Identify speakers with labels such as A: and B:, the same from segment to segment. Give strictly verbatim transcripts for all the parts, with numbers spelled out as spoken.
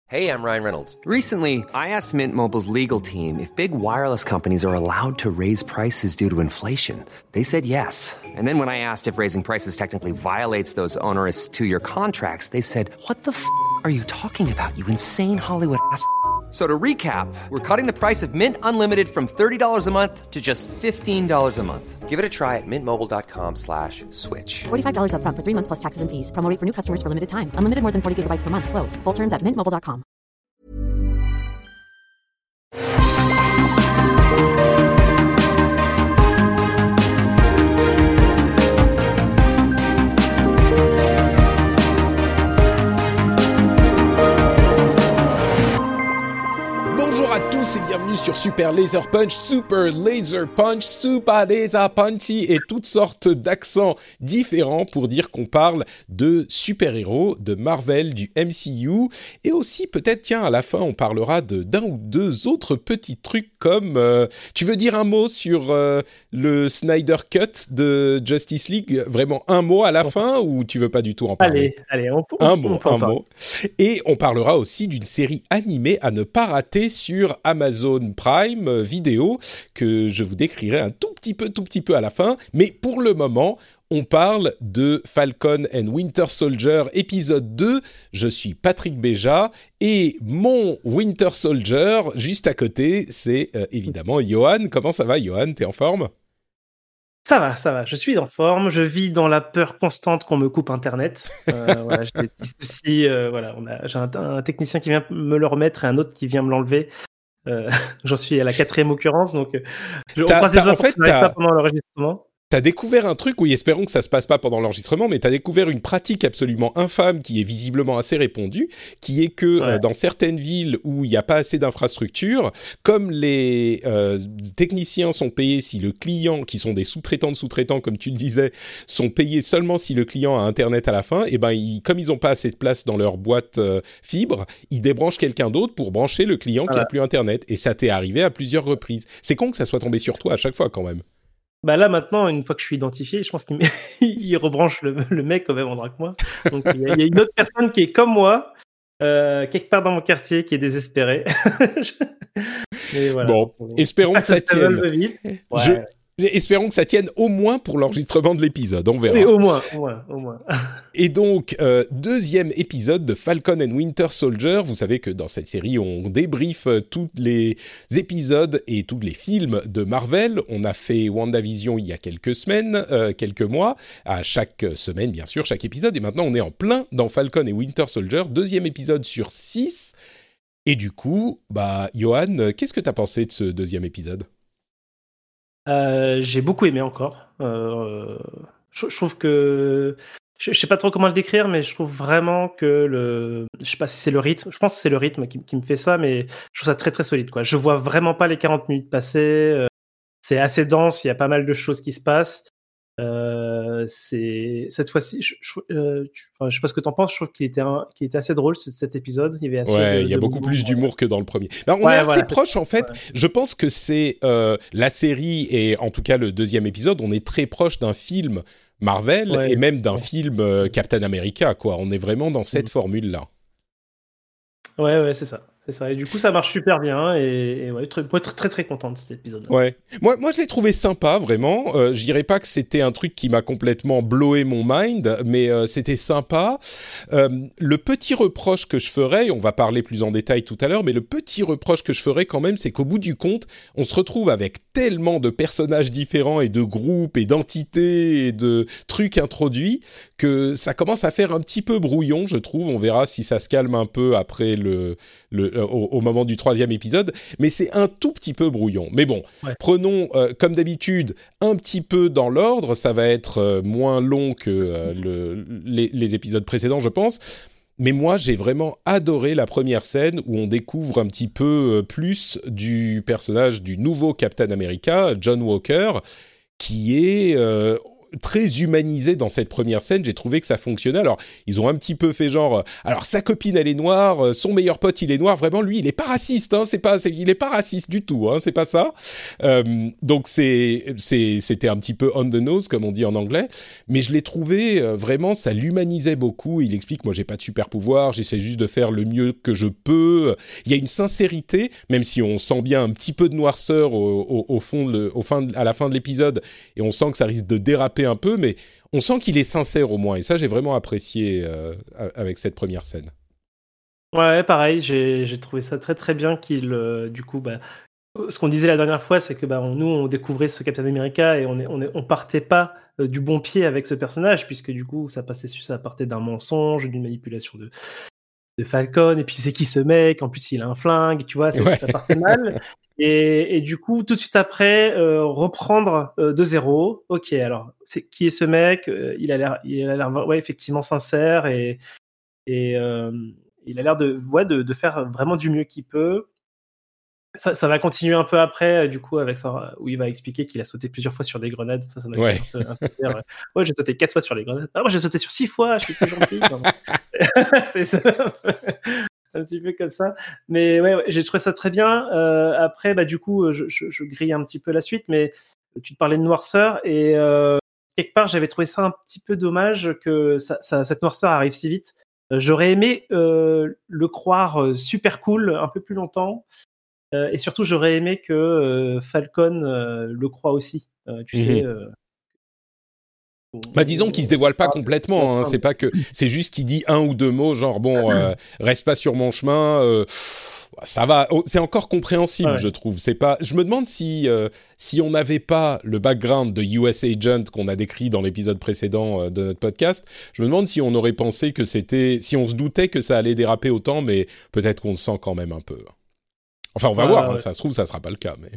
A: Hey, I'm Ryan Reynolds.
B: Recently, I asked Mint Mobile's legal team if big wireless companies are allowed to raise prices due to inflation. They said yes. And then when I asked if raising prices technically violates those onerous two-year contracts, they said, "What the f*** are you talking about, you insane Hollywood ass?" So to recap, we're cutting the price of Mint Unlimited from thirty dollars a month to just fifteen dollars a month.
A: Give it a try at mintmobile.com slash switch.
C: forty-five dollars up front for three months plus taxes and fees. Promo rate for new customers for limited time. Unlimited more than forty gigabytes per month. Slows full terms at mint mobile dot com.
D: Bonjour à tous et bienvenue sur Super Laser Punch, Super Laser Punch, Super Laser Punchy et toutes sortes d'accents différents pour dire qu'on parle de super-héros, de Marvel, du M C U et aussi peut-être, tiens, à la fin on parlera de, d'un ou deux autres petits trucs comme, euh, tu veux dire un mot sur euh, le Snyder Cut de Justice League, vraiment un mot à la fin ou tu veux pas du tout en parler?
E: Allez, allez, on, on,
D: un
E: on,
D: mot,
E: on
D: un mot. Et on parlera aussi d'une série animée à ne pas rater sur Amazon Prime Video que je vous décrirai un tout petit peu, tout petit peu à la fin. Mais pour le moment, on parle de Falcon and Winter Soldier épisode deux. Je suis Patrick Béja et mon Winter Soldier juste à côté, c'est euh, évidemment Johan. Comment ça va, Johan? T'es en forme?
E: Ça va, ça va. Je suis en forme. Je vis dans la peur constante qu'on me coupe Internet. Euh, voilà, j'ai des petits soucis. Euh, voilà, on a, j'ai un, un technicien qui vient me le remettre et un autre qui vient me l'enlever. Euh, j'en suis à la quatrième occurrence, donc je, on croise les doigts pour que ça n'arrive pas pendant l'enregistrement.
D: T'as découvert un truc, oui, espérons que ça se passe pas pendant l'enregistrement, mais t'as découvert une pratique absolument infâme qui est visiblement assez répandue, qui est que ouais. euh, dans certaines villes où il n'y a pas assez d'infrastructures, comme les euh, techniciens sont payés si le client, qui sont des sous-traitants de sous-traitants, comme tu le disais, sont payés seulement si le client a Internet à la fin, et ben ils, comme ils n'ont pas assez de place dans leur boîte euh, fibre, ils débranchent quelqu'un d'autre pour brancher le client ah qui n'a ouais. plus Internet. Et ça t'est arrivé à plusieurs reprises. C'est con que ça soit tombé sur toi à chaque fois quand même.
E: Bah là maintenant, une fois que je suis identifié, je pense qu'il il rebranche le, le mec au même endroit que moi. Donc il y, a, il y a une autre personne qui est comme moi, euh, quelque part dans mon quartier, qui est désespérée.
D: Mais voilà. Bon, espérons que ça, ça tienne. Ouais. Je... Espérons que ça tienne au moins pour l'enregistrement de l'épisode, on verra.
E: Oui, au moins, au moins, au moins.
D: Et donc, euh, deuxième épisode de Falcon and Winter Soldier. Vous savez que dans cette série, on débriefe tous les épisodes et tous les films de Marvel. On a fait WandaVision il y a quelques semaines, euh, quelques mois, à chaque semaine, bien sûr, chaque épisode. Et maintenant, on est en plein dans Falcon et Winter Soldier, deuxième épisode sur six. Et du coup, bah, Johan, qu'est-ce que tu as pensé de ce deuxième épisode ?
E: Euh, j'ai beaucoup aimé encore. Euh, je, je trouve que je, je sais pas trop comment le décrire, mais je trouve vraiment que le, je sais pas si c'est le rythme. Je pense que c'est le rythme qui, qui me fait ça, mais je trouve ça très très solide, quoi. Je vois vraiment pas les quarante minutes passer. Euh, c'est assez dense. Il y a pas mal de choses qui se passent. Euh, c'est cette fois-ci. Je, je, euh, tu, enfin, je sais pas ce que t'en penses. Je trouve qu'il était, un, qu'il était assez drôle cet épisode. Il y avait assez.
D: Ouais,
E: de,
D: il y a
E: de
D: beaucoup
E: mouvements,
D: plus d'humour
E: ouais.
D: que dans le premier. Alors, on
E: ouais,
D: est assez
E: voilà,
D: proche en fait.
E: Ouais.
D: Je pense que c'est euh, la série et en tout cas le deuxième épisode. On est très proche d'un film Marvel ouais, et même d'un ouais. film euh, Captain America. Quoi, on est vraiment dans cette mmh. formule-là.
E: Ouais, ouais, c'est ça. C'est ça. Et du coup, ça marche super bien. Et, et ouais, très, très, très, très content de cet épisode.
D: Ouais. Moi, moi, je l'ai trouvé sympa, vraiment. Euh, je dirais pas que c'était un truc qui m'a complètement blowé mon mind, mais euh, c'était sympa. Euh, le petit reproche que je ferais, on va parler plus en détail tout à l'heure, mais le petit reproche que je ferais quand même, c'est qu'au bout du compte, on se retrouve avec tellement de personnages différents et de groupes et d'entités et de trucs introduits que ça commence à faire un petit peu brouillon, je trouve. On verra si ça se calme un peu après le... le Au, au moment du troisième épisode, mais c'est un tout petit peu brouillon. Mais bon, ouais. prenons, euh, comme d'habitude, un petit peu dans l'ordre. Ça va être euh, moins long que euh, le, les, les épisodes précédents, je pense. Mais moi, j'ai vraiment adoré la première scène où on découvre un petit peu euh, plus du personnage du nouveau Captain America, John Walker, qui est... Euh, très humanisé dans cette première scène. J'ai trouvé que ça fonctionnait. Alors, ils ont un petit peu fait genre, euh, alors sa copine elle est noire, euh, son meilleur pote il est noir. Vraiment, lui, il est pas raciste. Hein, c'est pas, c'est, il est pas raciste du tout. Hein, c'est pas ça. Euh, donc c'est, c'est, c'était un petit peu on the nose comme on dit en anglais. Mais je l'ai trouvé euh, vraiment, ça l'humanisait beaucoup. Il explique, moi j'ai pas de super pouvoir, j'essaie juste de faire le mieux que je peux. Il y a une sincérité, même si on sent bien un petit peu de noirceur au, au, au fond, de, au fin de, à la fin de l'épisode, et on sent que ça risque de déraper un peu, mais on sent qu'il est sincère au moins, et ça j'ai vraiment apprécié euh, avec cette première scène.
E: Ouais, pareil, j'ai, j'ai trouvé ça très très bien qu'il, euh, du coup, bah, ce qu'on disait la dernière fois, c'est que bah, on, nous on découvrait ce Captain America et on, est, on, est, on partait pas euh, du bon pied avec ce personnage, puisque du coup ça, passait, ça partait d'un mensonge, d'une manipulation de, de Falcon, et puis c'est qui ce mec, en plus il a un flingue, tu vois,
D: Ouais.
E: ça partait mal. Et, et du coup, tout de suite après, euh, reprendre euh, de zéro. Ok, alors, c'est, qui est ce mec? euh, Il a l'air, il a l'air, ouais, effectivement sincère et, et euh, il a l'air de, ouais, de, de faire vraiment du mieux qu'il peut. Ça, ça va continuer un peu après, du coup, avec ça, où il va expliquer qu'il a sauté plusieurs fois sur des grenades. Ça, ça m'a
D: Ouais.
E: fait un peu, un peu faire. Ouais, j'ai sauté quatre fois sur les grenades. Ah, moi, j'ai sauté sur six fois. Je suis plus gentil. c'est ça. Un petit peu comme ça, mais ouais, ouais, j'ai trouvé ça très bien. Euh, après, bah du coup, je, je, je grille un petit peu la suite, mais tu te parlais de noirceur et euh, quelque part, j'avais trouvé ça un petit peu dommage que ça, ça, cette noirceur arrive si vite. Euh, j'aurais aimé euh, le croire super cool un peu plus longtemps, euh, et surtout, j'aurais aimé que euh, Falcon euh, le croie aussi. Euh, tu
D: Mm-hmm.
E: sais. Euh,
D: Bah disons qu'il se dévoile pas complètement, hein, c'est pas que c'est juste qu'il dit un ou deux mots genre bon euh, reste pas sur mon chemin, euh, ça va, c'est encore compréhensible ouais. Je trouve. C'est pas, je me demande si euh, si on n'avait pas le background de U S Agent qu'on a décrit dans l'épisode précédent euh, de notre podcast, je me demande si on aurait pensé que c'était, si on se doutait que ça allait déraper autant, mais peut-être qu'on le sent quand même un peu. Enfin on va ah, voir, ouais. hein, ça se trouve ça sera pas le cas, mais.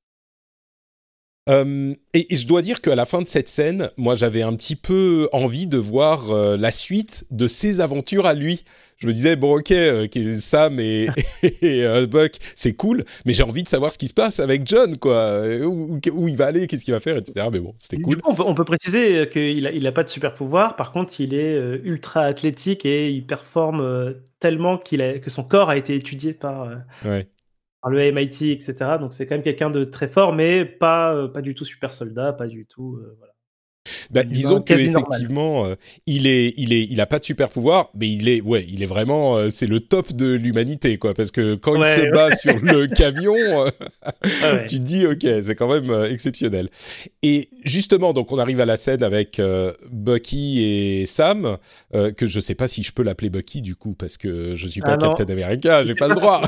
D: Euh, et, et je dois dire qu'à la fin de cette scène, moi j'avais un petit peu envie de voir euh, la suite de ses aventures à lui. Je me disais, bon ok, euh, Sam et, et euh, Buck, c'est cool, mais j'ai envie de savoir ce qui se passe avec John, quoi. Où, où il va aller, qu'est-ce qu'il va faire, et cetera. Mais bon, c'était cool.
E: Du coup, on peut, on peut préciser qu'il n'a il a pas de super pouvoir, par contre il est euh, ultra athlétique et il performe euh, tellement qu'il a, que son corps a été étudié par... Euh...
D: Ouais.
E: par le M I T, et cetera. Donc c'est quand même quelqu'un de très fort, mais pas, euh, pas du tout super soldat, pas du tout. Euh, voilà.
D: Bah, disons que effectivement, euh, il est, il est, il a pas de super pouvoir, mais il est, ouais, il est vraiment, euh, c'est le top de l'humanité, quoi. Parce que quand ouais, il se ouais. bat sur le camion, euh, ah ouais. tu te dis, ok, c'est quand même euh, exceptionnel. Et justement, donc on arrive à la scène avec euh, Bucky et Sam, euh, que je sais pas si je peux l'appeler Bucky du coup, parce que je suis pas ah Captain America, j'ai pas le droit.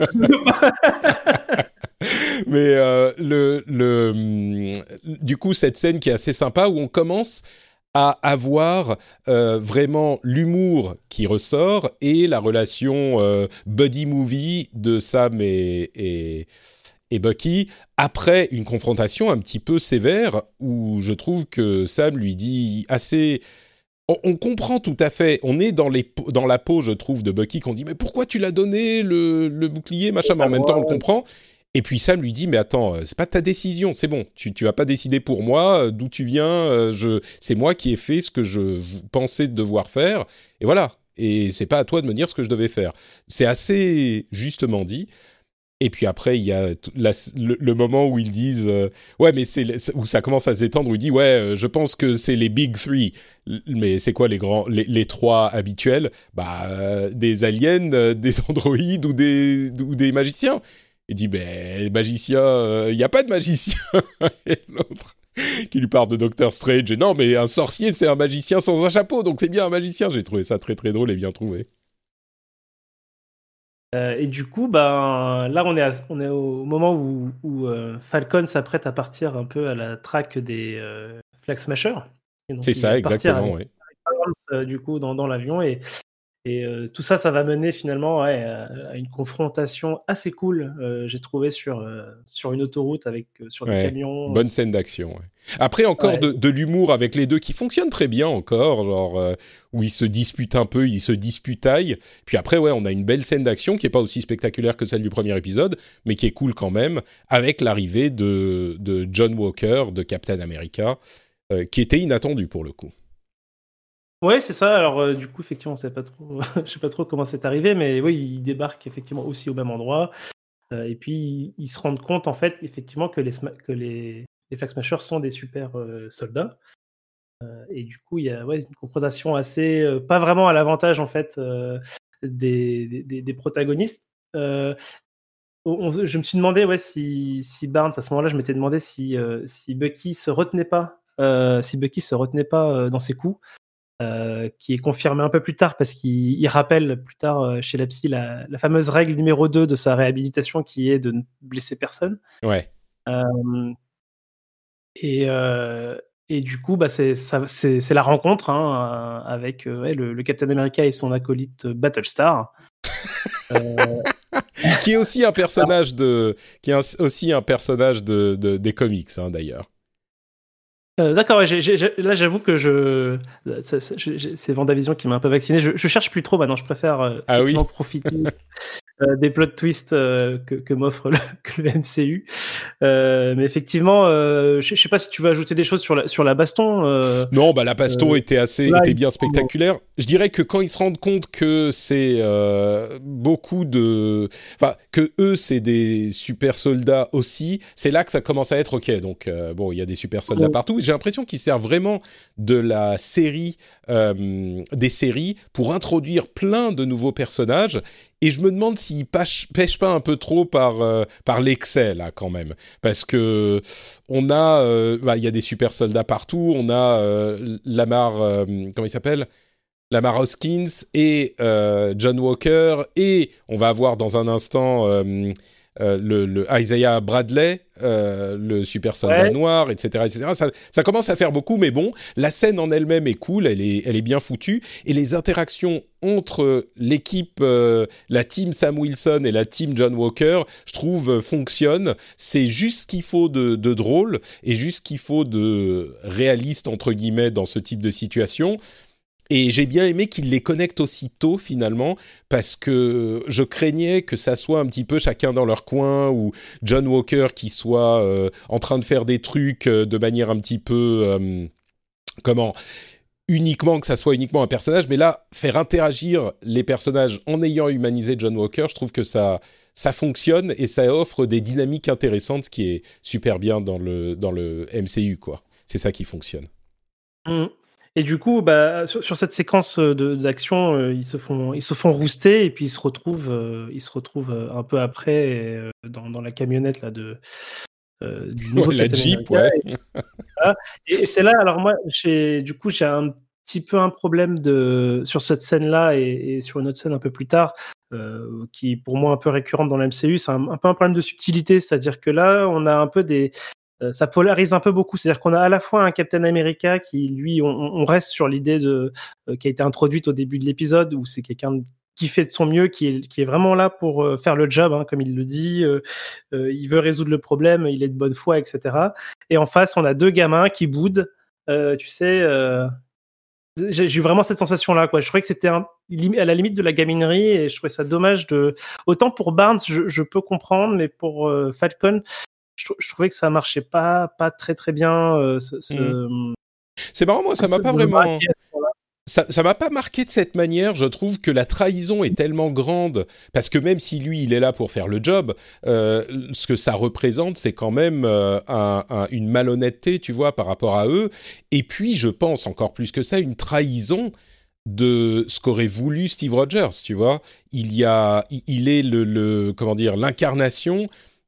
D: Mais euh, le, le, du coup, cette scène qui est assez sympa où on commence à avoir euh, vraiment l'humour qui ressort et la relation euh, buddy movie de Sam et, et, et Bucky après une confrontation un petit peu sévère où je trouve que Sam lui dit assez... On, on comprend tout à fait, on est dans, les, dans la peau, je trouve, de Bucky qu'on dit « Mais pourquoi tu l'as donné, le, le bouclier, machin ?» Mais en même temps, on le comprend. Et puis Sam lui dit mais attends, c'est pas ta décision, c'est bon, tu tu vas pas décider pour moi, d'où tu viens, je c'est moi qui ai fait ce que je pensais devoir faire et voilà, et c'est pas à toi de me dire ce que je devais faire. C'est assez justement dit. Et puis après il y a la, le, le moment où ils disent euh, ouais mais c'est où ça commence à s'étendre où il dit ouais je pense que c'est les big three, mais c'est quoi les grands les, les trois habituels, bah euh, des aliens, euh, des androïdes ou des ou des magiciens. Il dit, ben, magicien, il euh, n'y a pas de magicien. Et l'autre qui lui parle de Doctor Strange. Et non, mais un sorcier, c'est un magicien sans un chapeau, donc c'est bien un magicien. J'ai trouvé ça très très drôle et bien trouvé.
E: Euh, et du coup, ben, là, on est, à, on est au moment où, où euh, Falcon s'apprête à partir un peu à la traque des euh, Flag Smashers.
D: C'est ça, exactement, oui.
E: Euh, du coup, dans, dans l'avion. Et... Et euh, tout ça, ça va mener finalement ouais, à une confrontation assez cool, euh, j'ai trouvé, sur, euh, sur une autoroute avec euh, sur des
D: ouais,
E: camions.
D: Bonne scène d'action. Ouais. Après, encore ouais. de, de l'humour avec les deux qui fonctionne très bien encore, genre euh, où ils se disputent un peu, ils se disputaillent. Puis après, ouais, on a une belle scène d'action qui est pas aussi spectaculaire que celle du premier épisode, mais qui est cool quand même, avec l'arrivée de, de John Walker, de Captain America. euh, qui était inattendu pour le coup.
E: Ouais, c'est ça. Alors, euh, du coup, effectivement, on sait pas trop, je sais pas trop comment c'est arrivé, mais oui, ils débarquent effectivement aussi au même endroit. Euh, et puis, ils, ils se rendent compte, en fait, effectivement, que les, sma- que les, les Flag Smashers sont des super euh, soldats. Euh, et du coup, il y a ouais, une confrontation assez, euh, pas vraiment à l'avantage, en fait, euh, des, des, des protagonistes. Euh, on- je me suis demandé, ouais, si, si Barnes, à ce moment-là, je m'étais demandé si, euh, si Bucky se retenait pas, euh, si Bucky se retenait pas euh, dans ses coups. Euh, qui est confirmé un peu plus tard parce qu'il il rappelle plus tard euh, chez la psy la, la fameuse règle numéro deux de sa réhabilitation qui est de ne blesser personne.
D: Ouais.
E: Euh, et, euh, et du coup, bah, c'est, ça, c'est, c'est la rencontre hein, euh, avec euh, ouais, le, le Captain America et son acolyte euh, Battlestar. euh,
D: Qui est aussi un personnage de, qui est un- aussi un personnage de, de des comics hein, d'ailleurs.
E: Euh, d'accord, ouais, j'ai, j'ai, là j'avoue que je, ça, ça, j'ai- c'est Vendavision qui m'a un peu vacciné. Je, je cherche plus trop maintenant. Je préfère euh,
D: Ah oui.
E: effectivement profiter euh, des plot twists euh, que, que m'offre le, que le M C U. Euh, mais effectivement, euh, je, je sais pas si tu veux ajouter des choses sur la sur la baston. Euh,
D: Non, bah la baston
E: euh,
D: était assez,
E: là,
D: était
E: il-
D: bien spectaculaire. Je dirais que quand ils se rendent compte que c'est euh, beaucoup de, enfin que eux c'est des super soldats aussi, c'est là que ça commence à être ok. Donc euh, bon, il y a des super soldats
E: Ouais.
D: partout. J'ai l'impression qu'ils servent vraiment de la série, euh, des séries pour introduire plein de nouveaux personnages. Et je me demande s'ils pêchent, pêchent pas un peu trop par euh, par l'excès là quand même, parce que on a, euh, bah, il y a des super soldats partout. On a euh, Lamar, euh, comment il s'appelle, Lamar Hoskins et euh, John Walker, et on va avoir dans un instant euh, euh, le, le Isaiah Bradley, euh, le super soldat
E: Ouais.
D: noir, et cetera, et cetera. Ça, ça commence à faire beaucoup, mais bon, la scène en elle-même est cool, elle est, elle est bien foutue, et les interactions entre l'équipe, euh, la team Sam Wilson et la team John Walker, je trouve, euh, fonctionnent. C'est juste ce qu'il faut de, de drôle et juste ce qu'il faut de réaliste, entre guillemets, dans ce type de situation. Et j'ai bien aimé qu'ils les connectent aussitôt, finalement, parce que je craignais que ça soit un petit peu chacun dans leur coin, ou John Walker qui soit euh, en train de faire des trucs euh, de manière un petit peu... Euh, comment uniquement que ça soit uniquement un personnage, mais là, faire interagir les personnages en ayant humanisé John Walker, je trouve que ça, ça fonctionne et ça offre des dynamiques intéressantes, ce qui est super bien dans le, dans le M C U, quoi. C'est ça qui fonctionne.
E: Mm. Et du coup, bah, sur, sur cette séquence de, d'action, euh, ils se font ils se font rouster et puis ils se retrouvent euh, ils se retrouvent euh, un peu après euh, dans, dans la camionnette là de euh, du nouveau
D: Ouais, la
E: Captain
D: Jeep,
E: America.
D: ouais.
E: Voilà. Et, et c'est là, alors moi, j'ai, du coup, j'ai un petit peu un problème de, sur cette scène-là et, et sur une autre scène un peu plus tard, euh, qui est pour moi un peu récurrente dans la M C U. C'est un, un peu un problème de subtilité, c'est-à-dire que là, on a un peu des. Euh, ça polarise un peu beaucoup, c'est-à-dire qu'on a à la fois un Captain America qui, lui, on, on reste sur l'idée de, euh, qui a été introduite au début de l'épisode, où c'est quelqu'un de- qui fait de son mieux, qui est, qui est vraiment là pour euh, faire le job, hein, comme il le dit. Euh, euh, il veut résoudre le problème, il est de bonne foi, et cetera. Et en face, on a deux gamins qui boudent. Euh, tu sais, euh, j'ai, j'ai eu vraiment cette sensation-là, quoi. Je trouvais que c'était un, à la limite de la gaminerie et je trouvais ça dommage de. Autant pour Barnes, je, je peux comprendre, mais pour euh, Falcon, je, trou- je trouvais que ça marchait pas, pas très très bien. Euh, ce, ce,
D: Mmh. C'est marrant, moi, ça m'a
E: ce-
D: pas
E: de le
D: vraiment.
E: braquer à ce moment-là.
D: Ça, ça m'a pas marqué de cette manière. Je trouve que la trahison est tellement grande, parce que même si lui, il est là pour faire le job, euh, ce que ça représente, c'est quand même euh, un, un, une malhonnêteté, tu vois, par rapport à eux. Et puis, je pense encore plus que ça, une trahison de ce qu'aurait voulu Steve Rogers, tu vois. Il y a, il, il est le, le, comment dire, l'incarnation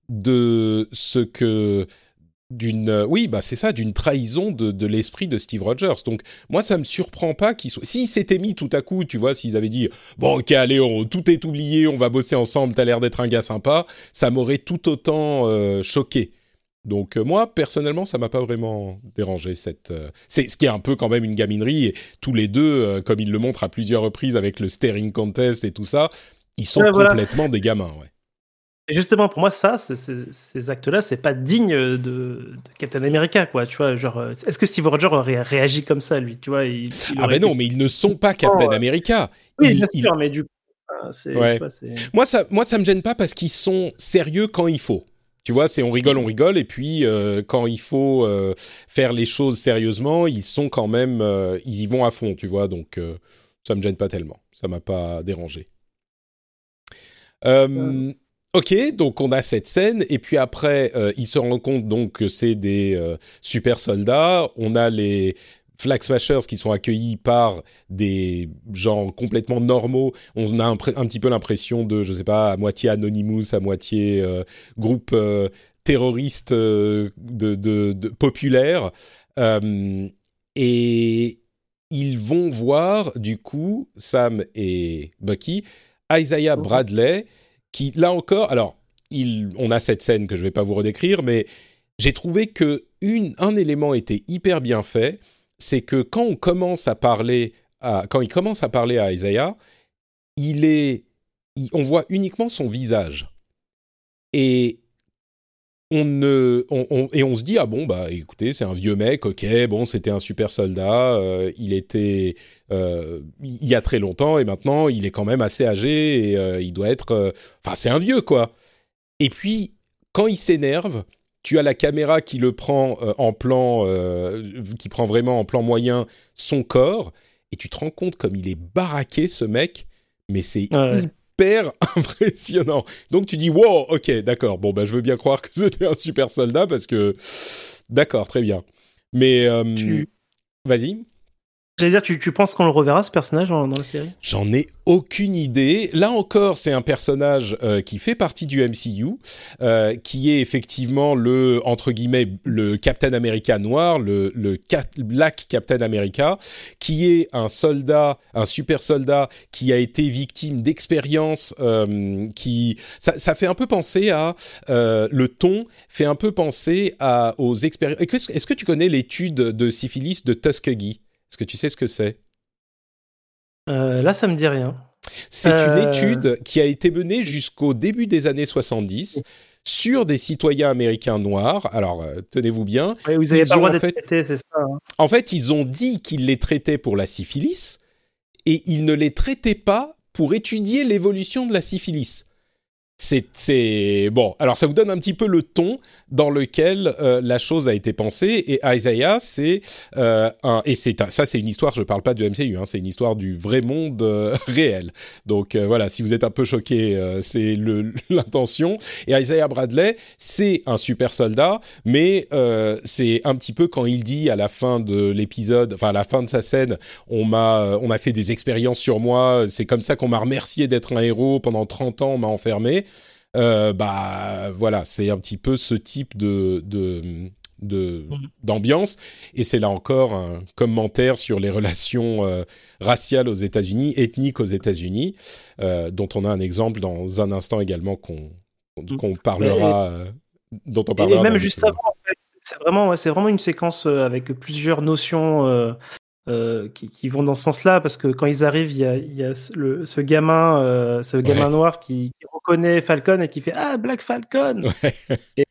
D: de ce que d'une euh, oui bah c'est ça, d'une trahison de, de l'esprit de Steve Rogers. Donc moi ça me surprend pas qu'il soit, s'ils s'étaient mis tout à coup, tu vois, s'ils avaient dit bon ok allez on, tout est oublié, on va bosser ensemble, t'as l'air d'être un gars sympa, ça m'aurait tout autant euh, choqué. Donc euh, moi personnellement ça m'a pas vraiment dérangé cette euh, c'est ce qui est un peu quand même une gaminerie, et tous les deux euh, comme ils le montrent à plusieurs reprises avec le staring contest et tout ça, ils sont
E: Ouais, voilà.
D: complètement des gamins, ouais.
E: Et justement, pour moi, ça, c'est- c'est- ces actes-là, c'est pas digne de, de Captain America, quoi. Tu vois, genre, euh, est-ce que Steve Rogers aurait réagi comme ça, lui? Tu vois, il, il
D: Ah
E: aurait
D: ben non,
E: été-
D: mais ils ne sont pas Captain
E: euh,
D: America.
E: Oui,
D: Ils-
E: bien
D: ils-
E: sûr, mais du coup, euh, c'est,
D: Ouais.
E: tu vois, c'est.
D: Moi, ça, moi, ça me gêne pas parce qu'ils sont sérieux quand il faut. Tu vois, c'est on rigole, on rigole, et puis euh, quand il faut euh, faire les choses sérieusement, ils sont quand même, euh, ils y vont à fond, tu vois. Donc euh, ça me gêne pas tellement, ça m'a pas dérangé. Euh, euh. Ok, donc on a cette scène, et puis après, euh, il se rend compte donc que c'est des euh, super soldats. On a les Flag Smashers qui sont accueillis par des gens complètement normaux. On a un, un petit peu l'impression de, je sais pas, à moitié Anonymous, à moitié euh, groupe euh, terroriste euh, de, de, de populaire. Euh, et ils vont voir, du coup, Sam et Bucky, Isaiah Bradley, qui, là encore, alors, il, on a cette scène que je vais pas vous redécrire, mais j'ai trouvé que une, un élément était hyper bien fait. C'est que quand on commence à parler, à, quand il commence à parler à Isaiah, il est, il, on voit uniquement son visage et on ne, on, on, et on se dit ah bon bah écoutez c'est un vieux mec, ok bon c'était un super soldat, euh, il était euh, il y a très longtemps et maintenant il est quand même assez âgé et euh, il doit être, enfin euh, c'est un vieux quoi. Et puis quand il s'énerve, tu as la caméra qui le prend euh, en plan, euh, qui prend vraiment en plan moyen son corps, et tu te rends compte comme il est baraqué ce mec, mais c'est ouais. hyper impressionnant. Donc tu dis wow, ok, d'accord, bon bah je veux bien croire que c'était un super soldat parce que d'accord, très bien. Mais euh, tu... vas-y.
E: J'allais dire, tu, tu penses qu'on le reverra, ce personnage, dans, dans la série ?
D: J'en ai aucune idée. Là encore, c'est un personnage euh, qui fait partie du M C U, euh, qui est effectivement le, entre guillemets, le Captain America noir, le, le Cap- Black Captain America, qui est un soldat, un super soldat qui a été victime d'expériences euh, qui... Ça, ça fait un peu penser à... Euh, le ton fait un peu penser à, aux expériences... Est-ce que tu connais l'étude de syphilis de Tuskegee ? Est-ce que tu sais ce que c'est ?
E: euh, Là, ça me dit rien.
D: C'est
E: euh...
D: une étude qui a été menée jusqu'au début des années soixante-dix sur des citoyens américains noirs. Alors, euh, tenez-vous bien.
E: Oui, vous n'avez pas le droit d'être fait... traité, c'est ça. Hein.
D: En fait, ils ont dit qu'ils les traitaient pour la syphilis et ils ne les traitaient pas pour étudier l'évolution de la syphilis. C'est, c'est... Bon, alors ça vous donne un petit peu le ton dans lequel euh, la chose a été pensée. Et Isaiah, c'est euh, un... Et c'est un... ça, c'est une histoire, je ne parle pas du M C U, hein, c'est une histoire du vrai monde euh, réel. Donc euh, voilà, si vous êtes un peu choqués, euh, c'est le, l'intention. Et Isaiah Bradley, c'est un super soldat, mais euh, c'est un petit peu quand il dit à la fin de l'épisode, enfin à la fin de sa scène, on m'a, on a fait des expériences sur moi, c'est comme ça qu'on m'a remercié d'être un héros, pendant trente ans, on m'a enfermé. Euh, bah voilà, c'est un petit peu ce type de, de, de mmh. d'ambiance, et c'est là encore un commentaire sur les relations euh, raciales aux États-Unis, ethniques aux États-Unis, euh, dont on a un exemple dans un instant également qu'on, qu'on parlera, euh, dont on parlera.
E: Et même juste avant, en fait, c'est vraiment, ouais, c'est vraiment une séquence avec plusieurs notions. Euh... Euh, qui, qui vont dans ce sens-là, parce que quand ils arrivent, il y a, il y a le, ce gamin, euh, ce gamin ouais. noir qui, qui reconnaît Falcon et qui fait ah Black Falcon. Ouais. Et,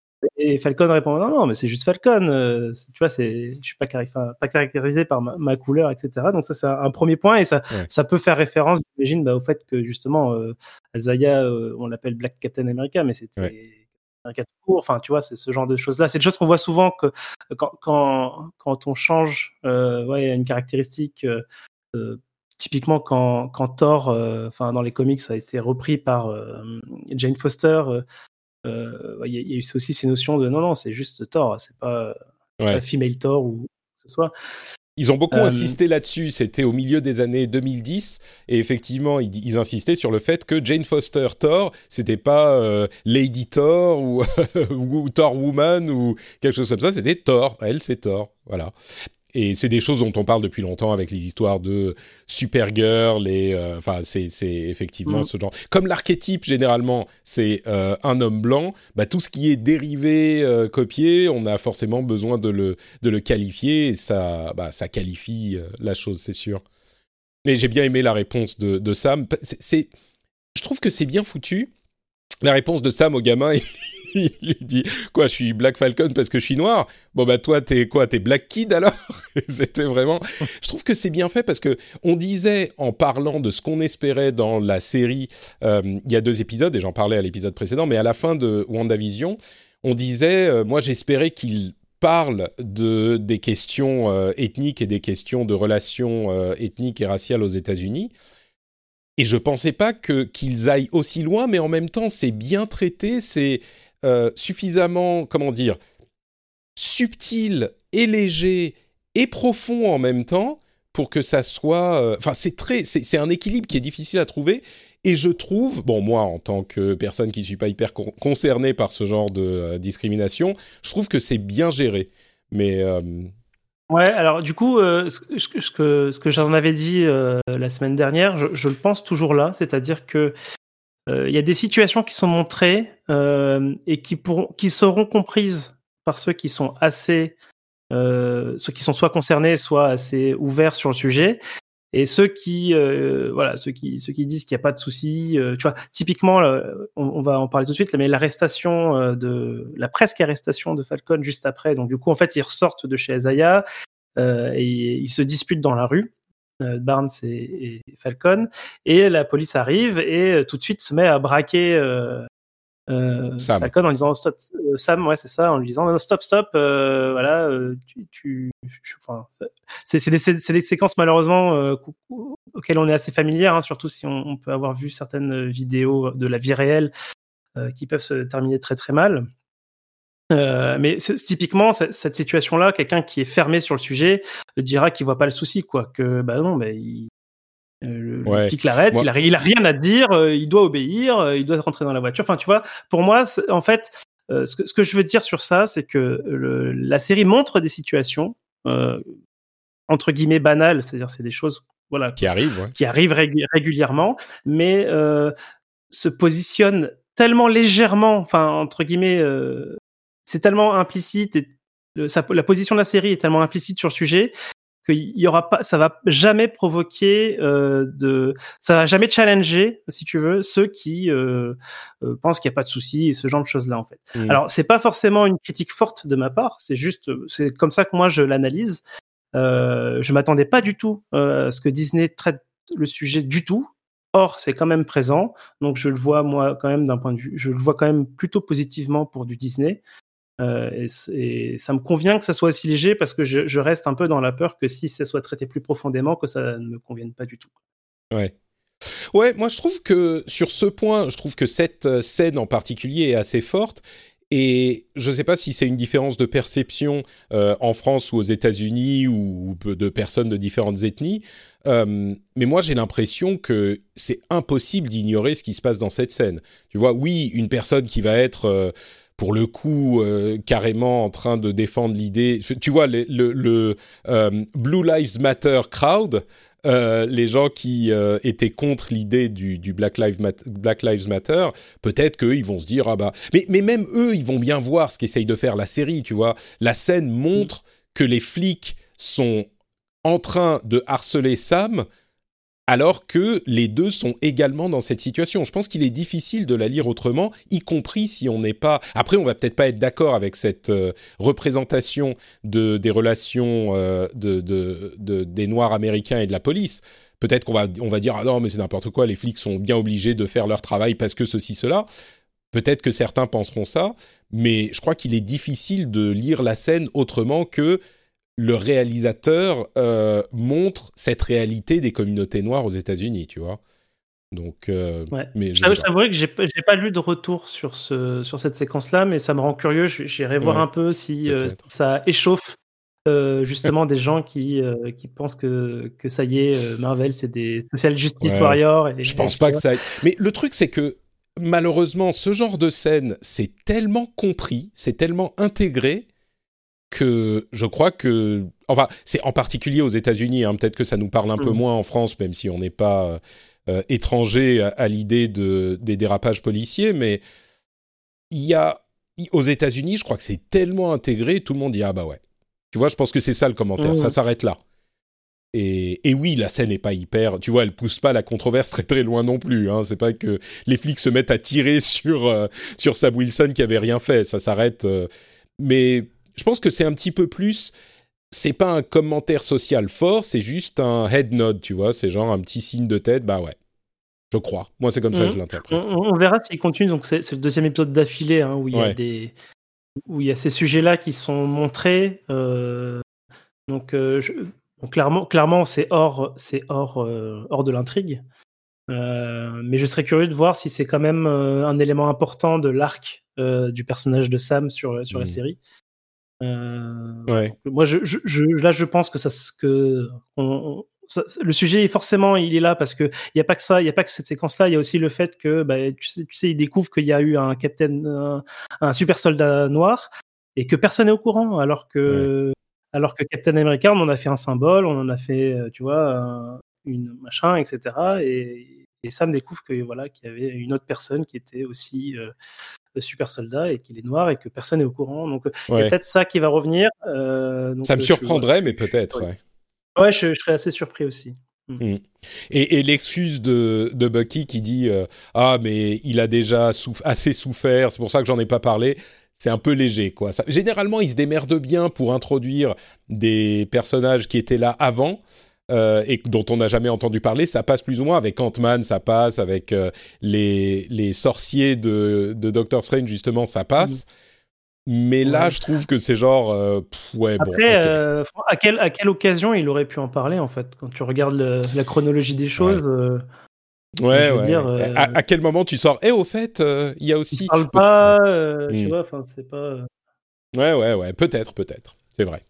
E: et Falcon répond non non mais c'est juste Falcon. Euh, tu vois, c'est je suis pas, cari- pas caractérisé par ma, ma couleur, et cetera. Donc ça c'est un, un premier point et ça ouais. ça peut faire référence, j'imagine, bah, au fait que justement euh, Isaiah, euh, on l'appelle Black Captain America, mais c'était ouais. un cas de cours, enfin tu vois, c'est ce genre de choses-là. C'est des choses qu'on voit souvent que quand quand, quand on change euh, ouais, une caractéristique. Euh, euh, typiquement quand quand Thor, enfin euh, dans les comics, ça a été repris par euh, Jane Foster. Il euh, y, y a eu aussi ces notions de non non, c'est juste Thor, c'est pas, ouais. pas female Thor ou que ce soit.
D: Ils ont beaucoup euh... insisté là-dessus, c'était au milieu des années deux mille dix, et effectivement, ils, ils insistaient sur le fait que Jane Foster Thor, c'était pas euh, Lady Thor ou, ou Thor Woman ou quelque chose comme ça, c'était Thor, elle c'est Thor, voilà. Et c'est des choses dont on parle depuis longtemps avec les histoires de Supergirl et euh, enfin c'est c'est effectivement mmh. ce genre. Comme l'archétype généralement c'est euh, un homme blanc, bah tout ce qui est dérivé, euh, copié, on a forcément besoin de le de le qualifier et ça bah ça qualifie euh, la chose, c'est sûr. Mais j'ai bien aimé la réponse de de Sam. C'est, c'est je trouve que c'est bien foutu. La réponse de Sam au gamin, il lui dit quoi, je suis Black Falcon parce que je suis noir. Bon bah toi t'es quoi, t'es Black Kid alors. C'était vraiment. Je trouve que c'est bien fait parce que on disait en parlant de ce qu'on espérait dans la série, euh, il y a deux épisodes et j'en parlais à l'épisode précédent, mais à la fin de WandaVision, on disait, euh, moi j'espérais qu'il parle de des questions euh, ethniques et des questions de relations euh, ethniques et raciales aux États-Unis. Et je pensais pas que qu'ils aillent aussi loin, mais en même temps, c'est bien traité, c'est euh, suffisamment, comment dire, subtil et léger et profond en même temps pour que ça soit. Enfin, euh, c'est très, c'est, c'est un équilibre qui est difficile à trouver. Et je trouve, bon, moi, en tant que personne qui ne suis pas hyper con- concernée par ce genre de euh, discrimination, je trouve que c'est bien géré. Mais. Euh,
E: Ouais, alors du coup, euh, ce, ce que, ce que, ce que j'en avais dit euh, la semaine dernière, je, je le pense toujours là, c'est-à-dire que il euh, y a des situations qui sont montrées euh, et qui, pourront, qui seront comprises par ceux qui sont assez, euh, ceux qui sont soit concernés, soit assez ouverts sur le sujet, et ceux qui, euh, voilà, ceux qui, ceux qui disent qu'il n'y a pas de souci. Euh, tu vois, typiquement, là, on, on va en parler tout de suite, mais l'arrestation euh, de, la presque arrestation de Falcon juste après. Donc du coup, en fait, ils ressortent de chez Isaiah. Euh, et ils se disputent dans la rue, euh, Barnes et, et Falcon, et la police arrive et euh, tout de suite se met à braquer euh, euh, Falcon en disant stop, euh, Sam, ouais c'est ça, en lui disant stop, stop, euh, voilà, euh, tu, tu je, enfin, c'est, c'est, des, c'est des séquences malheureusement euh, auxquelles on est assez familier, hein, surtout si on, on peut avoir vu certaines vidéos de la vie réelle euh, qui peuvent se terminer très très mal. Euh, mais typiquement cette situation-là, quelqu'un qui est fermé sur le sujet dira qu'il voit pas le souci, quoi. Que bah non, mais il, euh, le, ouais. le flic l'arrête, moi... il, a, il a rien à dire, euh, il doit obéir, euh, il doit rentrer dans la voiture. Enfin, tu vois, pour moi, en fait, euh, ce, que, ce que je veux dire sur ça, c'est que le, la série montre des situations euh, entre guillemets banales, c'est-à-dire c'est des choses, voilà,
D: qui arrivent, ouais.
E: qui arrivent rég- régulièrement, mais euh, se positionne tellement légèrement, enfin entre guillemets. Euh, c'est tellement implicite et le, ça, la position de la série est tellement implicite sur le sujet qu'il y aura pas, ça va jamais provoquer euh, de, ça va jamais challenger, si tu veux, ceux qui euh, euh, pensent qu'il n'y a pas de souci et ce genre de choses-là en fait. Mmh. Alors c'est pas forcément une critique forte de ma part, c'est juste, c'est comme ça que moi je l'analyse. Euh, je m'attendais pas du tout euh, à ce que Disney traite le sujet du tout. Or, c'est quand même présent, donc je le vois moi quand même d'un point de vue, je le vois quand même plutôt positivement pour du Disney. Euh, et, et ça me convient que ça soit aussi léger parce que je, je reste un peu dans la peur que si ça soit traité plus profondément, que ça ne me convienne pas du tout.
D: Ouais. Ouais, moi je trouve que sur ce point, je trouve que cette scène en particulier est assez forte. Et je ne sais pas si c'est une différence de perception euh, en France ou aux États-Unis ou de personnes de différentes ethnies, euh, mais moi j'ai l'impression que c'est impossible d'ignorer ce qui se passe dans cette scène. Tu vois, oui, une personne qui va être euh, pour le coup euh, carrément en train de défendre l'idée, tu vois, le, le, le euh, Blue Lives Matter crowd. Euh, les gens qui euh, étaient contre l'idée du, du Black Lives Matter, Black Lives Matter, peut-être qu'eux, ils vont se dire, ah bah... Mais, mais même eux, ils vont bien voir ce qu'essaye de faire la série, tu vois. La scène montre que les flics sont en train de harceler Sam, alors que les deux sont également dans cette situation. Je pense qu'il est difficile de la lire autrement, y compris si on n'est pas... Après, on va peut-être pas être d'accord avec cette euh, représentation de, des relations euh, de, de, de, des Noirs américains et de la police. Peut-être qu'on va, on va dire « Ah non, mais c'est n'importe quoi, les flics sont bien obligés de faire leur travail parce que ceci, cela ». Peut-être que certains penseront ça, mais je crois qu'il est difficile de lire la scène autrement que... le réalisateur euh, montre cette réalité des communautés noires aux États-Unis, tu vois. Donc, euh,
E: ouais.
D: mais
E: je t'avouerai que j'ai, j'ai pas lu de retour sur ce sur cette séquence-là, mais ça me rend curieux. J'irai voir ouais, un peu si, euh, si ça échauffe euh, justement des gens qui euh, qui pensent que que ça y est, euh, Marvel c'est des social justice ouais. warriors. Et,
D: je pense et, pas que ça. Mais le truc c'est que malheureusement, ce genre de scène, c'est tellement compris, c'est tellement intégré. Que je crois que, enfin, c'est en particulier aux États-Unis, hein, peut-être que ça nous parle un mmh. peu moins en France, même si on n'est pas euh, étranger à, à l'idée de, des dérapages policiers, mais il y a, aux États-Unis, je crois que c'est tellement intégré, tout le monde dit « Ah bah ouais ». Tu vois, je pense que c'est ça le commentaire, mmh. ça s'arrête là. Et, et oui, la scène est pas hyper, tu vois, elle pousse pas la controverse très très loin non plus. Hein. C'est pas que les flics se mettent à tirer sur euh, sur Sam Wilson qui avait rien fait. Ça s'arrête. Euh, mais je pense que c'est un petit peu plus. C'est pas un commentaire social fort, c'est juste un head nod, tu vois. C'est genre un petit signe de tête. Bah ouais, je crois. Moi, c'est comme ça
E: mmh.
D: que je l'interprète.
E: On, on verra s'il continue. Donc c'est, c'est le deuxième épisode d'affilée hein, où il y a
D: Ouais.
E: des où il y a ces sujets-là qui sont montrés. Euh, donc euh, je, donc clairement, clairement, c'est hors, c'est hors, euh, hors de l'intrigue. Euh, mais je serais curieux de voir si c'est quand même euh, un élément important de l'arc euh, du personnage de Sam sur, sur mmh. la série. Euh,
D: ouais.
E: Moi, je, je, je, là, je pense que ça, que on, ça, le sujet, forcément, il est là parce que il y a pas que ça, il y a pas que cette séquence-là. Il y a aussi le fait que, bah, tu sais, tu sais, il découvre qu'il y a eu un capitaine, un, un super soldat noir, et que personne n'est au courant, alors que, ouais. alors que Captain America, on en a fait un symbole, on en a fait, tu vois, un, une machin, et cetera. Et, et Sam découvre que voilà, qu'il y avait une autre personne qui était aussi euh, super soldat et qu'il est noir et que personne n'est au courant. Donc ouais. Il y a peut-être ça qui va revenir. Euh, donc,
D: ça me
E: je,
D: surprendrait,
E: je,
D: mais peut-être.
E: Ouais,
D: ouais,
E: ouais je, je serais assez surpris aussi.
D: Mmh. Et, et l'excuse de, de Bucky qui dit euh, ah mais il a déjà souf- assez souffert, c'est pour ça que j'en ai pas parlé. C'est un peu léger, quoi. Ça, généralement, ils se démerdent bien pour introduire des personnages qui étaient là avant. Euh, et dont on n'a jamais entendu parler, ça passe plus ou moins avec Ant-Man, ça passe avec euh, les, les sorciers de, de Doctor Strange, justement, ça passe. Mmh. Mais là, ouais. je trouve que c'est genre, euh, pff, ouais,
E: Après,
D: bon. Okay.
E: Euh, à, quelle, à quelle occasion il aurait pu en parler, en fait, quand tu regardes le, la chronologie des choses.
D: Ouais,
E: euh,
D: ouais.
E: Je veux
D: ouais.
E: dire, euh,
D: à, à quel moment tu sors ? Eh, au fait, il euh, y a aussi.
E: Ils parlent pas, euh, mmh. tu vois, enfin, c'est pas.
D: Ouais, ouais, ouais. Peut-être, peut-être. C'est vrai.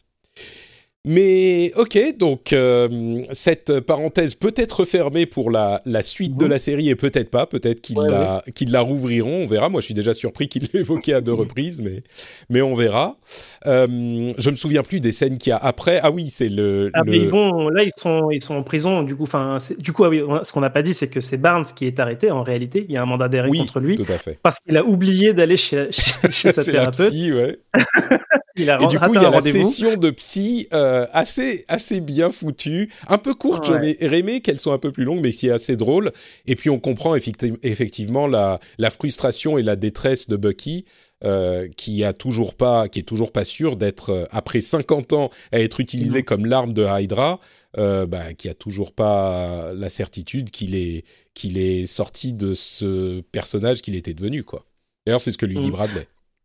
D: Mais ok, donc euh, cette parenthèse peut être fermée pour la, la suite mmh. de la série et peut-être pas, peut-être qu'ils, ouais, la, ouais. qu'ils la rouvriront, on verra. Moi je suis déjà surpris qu'ils l'aient évoqué à deux reprises, mais, mais on verra. Euh, je me souviens plus des scènes qu'il y a après. Ah oui, c'est le...
E: Ah
D: le...
E: mais ils vont, là ils sont, ils sont en prison, du coup, enfin, du coup, ah oui, ce qu'on n'a pas dit c'est que c'est Barnes qui est arrêté en réalité, il y a un mandat d'arrêt
D: oui,
E: contre lui,
D: tout à fait.
E: parce qu'il a oublié d'aller chez, chez, chez sa
D: chez
E: thérapeute.
D: La psy, ouais.
E: Il a
D: et du coup, il y a la
E: rendez-vous.
D: session de psy euh, assez, assez bien foutue, un peu courte. Ouais. J'aurais aimé qu'elles soient un peu plus longues, mais c'est assez drôle. Et puis, on comprend effecti- effectivement la, la frustration et la détresse de Bucky, euh, qui a toujours pas, qui est toujours pas sûr d'être, euh, après cinquante ans, à être utilisé mmh. comme l'arme de Hydra, euh, bah, qui a toujours pas la certitude qu'il est, qu'il est sorti de ce personnage qu'il était devenu, quoi. D'ailleurs, c'est ce que lui mmh. dit Bradley.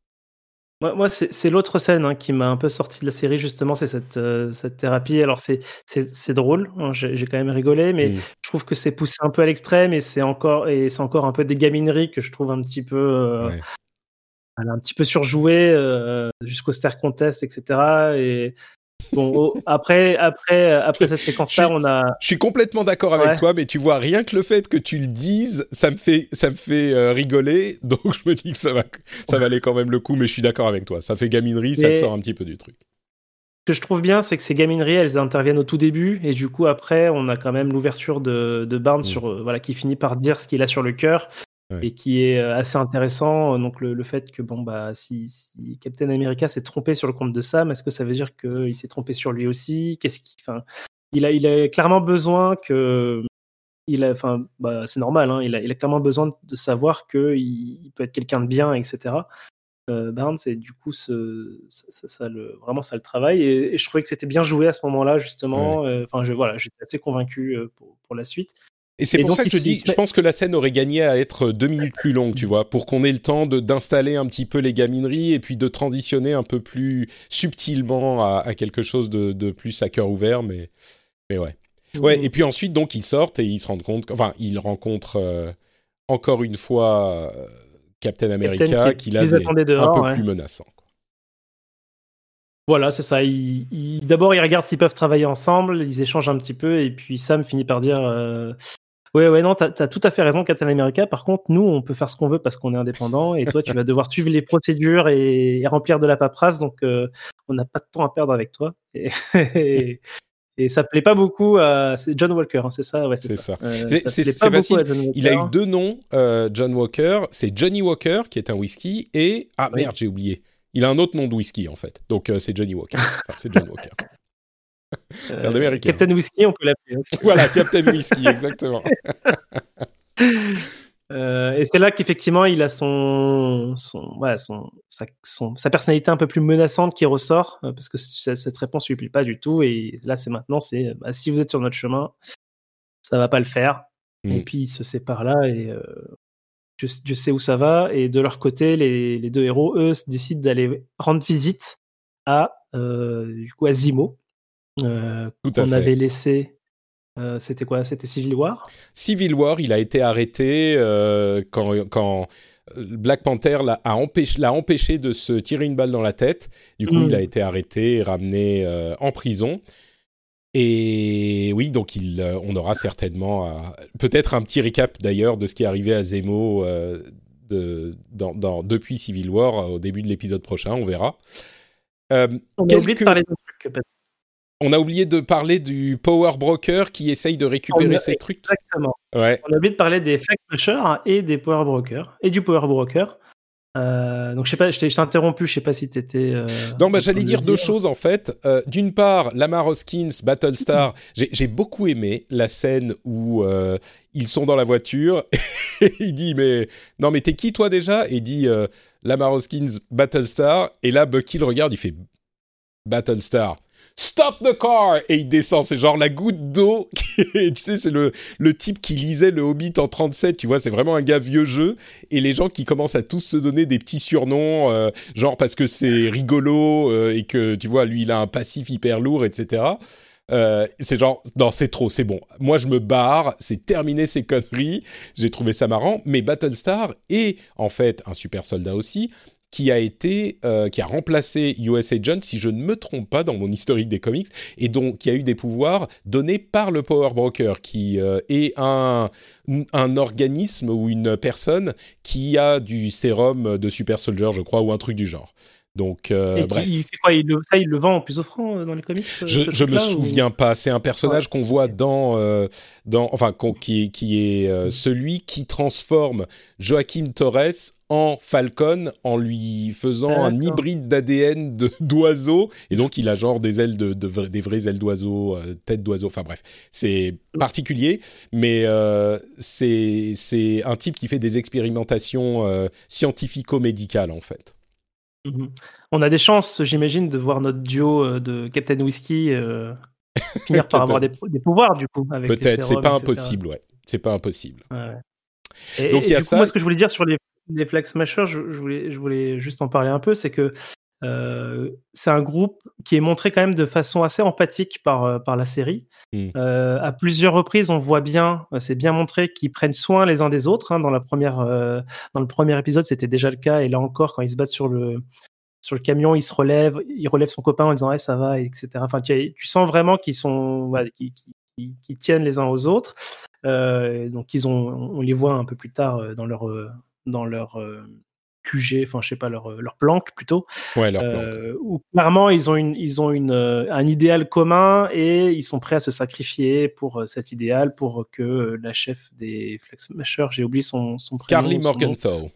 E: Moi, moi c'est, c'est l'autre scène hein, qui m'a un peu sorti de la série, justement, c'est cette, euh, cette thérapie. Alors, c'est, c'est, c'est drôle, hein, j'ai, j'ai quand même rigolé, mais mmh. je trouve que c'est poussé un peu à l'extrême et c'est encore, et c'est encore un peu des gamineries que je trouve un petit peu, euh, ouais. un petit peu surjouées euh, jusqu'au Star Contest, et cetera. Et bon, oh, après, après, après cette séquence-là, on a.
D: Je suis complètement d'accord avec ouais. toi, mais tu vois, rien que le fait que tu le dises, ça me fait, ça me fait euh, rigoler. Donc je me dis que ça va, ça valait quand même le coup. Mais je suis d'accord avec toi. Ça fait gaminerie, mais ça te sort un petit peu du truc.
E: Ce que je trouve bien, c'est que ces gamineries, elles interviennent au tout début, et du coup après, on a quand même l'ouverture de, de Barnes mmh. sur, euh, voilà, qui finit par dire ce qu'il a sur le cœur. Ouais. Et qui est assez intéressant. Donc le, le fait que bon bah si, si Captain America s'est trompé sur le compte de Sam, est-ce que ça veut dire qu'il s'est trompé sur lui aussi ? Qu'est-ce qui, enfin, il a il a clairement besoin que il a, enfin bah c'est normal, hein, il a il a clairement besoin de savoir que il, il peut être quelqu'un de bien, et cetera. Euh, Barnes et du coup ce, ça, ça, ça le vraiment ça le travaille et, et je trouvais que c'était bien joué à ce moment-là justement. Enfin ouais. euh, je voilà j'étais assez convaincu euh, pour pour la suite.
D: Et c'est et pour donc, ça que je dis, je pense que la scène aurait gagné à être deux minutes plus longue, tu vois, pour qu'on ait le temps de, d'installer un petit peu les gamineries et puis de transitionner un peu plus subtilement à, à quelque chose de, de plus à cœur ouvert, mais, mais ouais. Ouais, et puis ensuite, donc, ils sortent et ils se rendent compte, enfin, ils rencontrent euh, encore une fois euh, Captain America, qui, qui là, est dehors, un peu ouais. plus menaçant. Quoi.
E: Voilà, c'est ça. Ils, ils, d'abord, ils regardent s'ils peuvent travailler ensemble, ils échangent un petit peu, et puis Sam finit par dire... Euh, Ouais, ouais, non, t'as, t'as tout à fait raison, Captain America. Par contre, nous, on peut faire ce qu'on veut parce qu'on est indépendant et toi, tu vas devoir suivre les procédures et, et remplir de la paperasse. Donc, euh, on n'a pas de temps à perdre avec toi. Et, et, et ça plaît pas beaucoup à... C'est John Walker, hein, c'est ça ouais, c'est, c'est ça. ça. Euh, ça
D: c'est, c'est facile. Il a eu deux noms, euh, John Walker. C'est Johnny Walker, qui est un whisky, et... Ah, oui. Merde, j'ai oublié. Il a un autre nom de whisky, en fait. Donc, euh, c'est Johnny Walker. Enfin, c'est John Walker. C'est un Américain.
E: Captain Whisky, on peut l'appeler. Hein,
D: voilà, Captain Whisky, exactement.
E: Euh, et c'est là qu'effectivement il a son, son, voilà, son, sa, son, sa personnalité un peu plus menaçante qui ressort, euh, parce que cette réponse lui plaît pas du tout. Et là, c'est maintenant, c'est bah, si vous êtes sur notre chemin, ça va pas le faire. Mm. Et puis ils se séparent là et euh, je, je sais où ça va. Et de leur côté, les, les deux héros, eux, décident d'aller rendre visite à, euh, du coup, à Zemo, euh, qu'on avait laissé. Euh, c'était quoi ? C'était Civil War ?
D: Civil War, il a été arrêté euh, quand, quand Black Panther l'a, a empêché, l'a empêché de se tirer une balle dans la tête. Du coup, mmh. il a été arrêté et ramené euh, en prison. Et oui, donc il, euh, on aura certainement euh, peut-être un petit récap d'ailleurs de ce qui est arrivé à Zemo euh, de, dans, dans, depuis Civil War euh, au début de l'épisode prochain, on verra. Euh,
E: on a quelques... oublié de parler de trucs peut-être.
D: On a oublié de parler du Power Broker qui essaye de récupérer
E: a,
D: ces trucs.
E: Exactement.
D: Ouais.
E: On a oublié de parler des Flag Smashers et des Power Brokers et du Power Broker. Euh, donc je sais pas, je t'ai, je t'ai interrompu, je sais pas si t'étais. Euh,
D: non, bah j'allais dire, dire deux choses en fait. Euh, d'une part, Lamar Hoskins, Battlestar. Mmh. J'ai, j'ai beaucoup aimé la scène où euh, ils sont dans la voiture. Et il dit mais non mais t'es qui toi déjà ? Et il dit euh, Lamar Hoskins, Battlestar. Et là Bucky le regarde, il fait Battlestar. Stop the car! Et il descend, c'est genre la goutte d'eau. Tu sais, c'est le, le type qui lisait le Hobbit en trente-sept, tu vois, c'est vraiment un gars vieux jeu. Et les gens qui commencent à tous se donner des petits surnoms, euh, genre parce que c'est rigolo euh, et que, tu vois, lui, il a un passif hyper lourd, et cetera. Euh, c'est genre, non, c'est trop, c'est bon. Moi, je me barre, c'est terminé ces conneries. J'ai trouvé ça marrant. Mais Battlestar est, en fait, un super soldat aussi, qui a été, euh, qui a remplacé U S Agent, si je ne me trompe pas, dans mon historique des comics, et donc qui a eu des pouvoirs donnés par le Power Broker, qui euh, est un, un organisme ou une personne qui a du sérum de Super Soldier, je crois, ou un truc du genre. Donc, euh,
E: et
D: bref.
E: Il fait quoi il le, ça, il le vend en plus offrant dans les comics.
D: Je, je me souviens ou... pas. C'est un personnage ouais. qu'on voit dans, euh, dans, enfin, qu'on, qui, qui est euh, celui qui transforme Joaquin Torres en Falcon en lui faisant D'accord. un hybride d'A D N de, d'oiseau. Et donc, il a genre des ailes de, de des vraies ailes d'oiseau, euh, tête d'oiseau. Enfin bref, c'est particulier, mais euh, c'est c'est un type qui fait des expérimentations euh, scientifico-médicales en fait.
E: Mmh. On a des chances, j'imagine, de voir notre duo de Captain Whisky euh, finir par avoir des, des pouvoirs, du coup. Avec
D: Peut-être,
E: les sérums,
D: c'est pas
E: et cetera.
D: impossible, ouais. C'est pas impossible.
E: Ouais. Et,
D: Donc,
E: et,
D: il y a
E: du
D: ça.
E: coup, moi, ce que je voulais dire sur les, les Flag Smashers, je, je, voulais, je voulais juste en parler un peu, c'est que euh, c'est un groupe qui est montré quand même de façon assez empathique par, par la série. Mm. Euh, à plusieurs reprises, on voit bien, c'est bien montré qu'ils prennent soin les uns des autres. Hein. Dans, la première, euh, dans le premier épisode, c'était déjà le cas. Et là encore, quand ils se battent sur le, sur le camion, il se relève, il relève son copain en disant hey, « ça va », et cetera. Enfin, tu, tu sens vraiment qu'ils, sont, ouais, qu'ils, qu'ils, qu'ils tiennent les uns aux autres. Euh, donc, ils ont, on les voit un peu plus tard dans leur, dans leur euh, Q G, enfin, je sais pas, leur, leur planque plutôt.
D: Ouais, leur planque.
E: Euh, où clairement, ils ont, une, ils ont une, un idéal commun et ils sont prêts à se sacrifier pour cet idéal, pour que la chef des Flag Smashers, j'ai oublié son, son prénom.
D: Carly Morgenthau.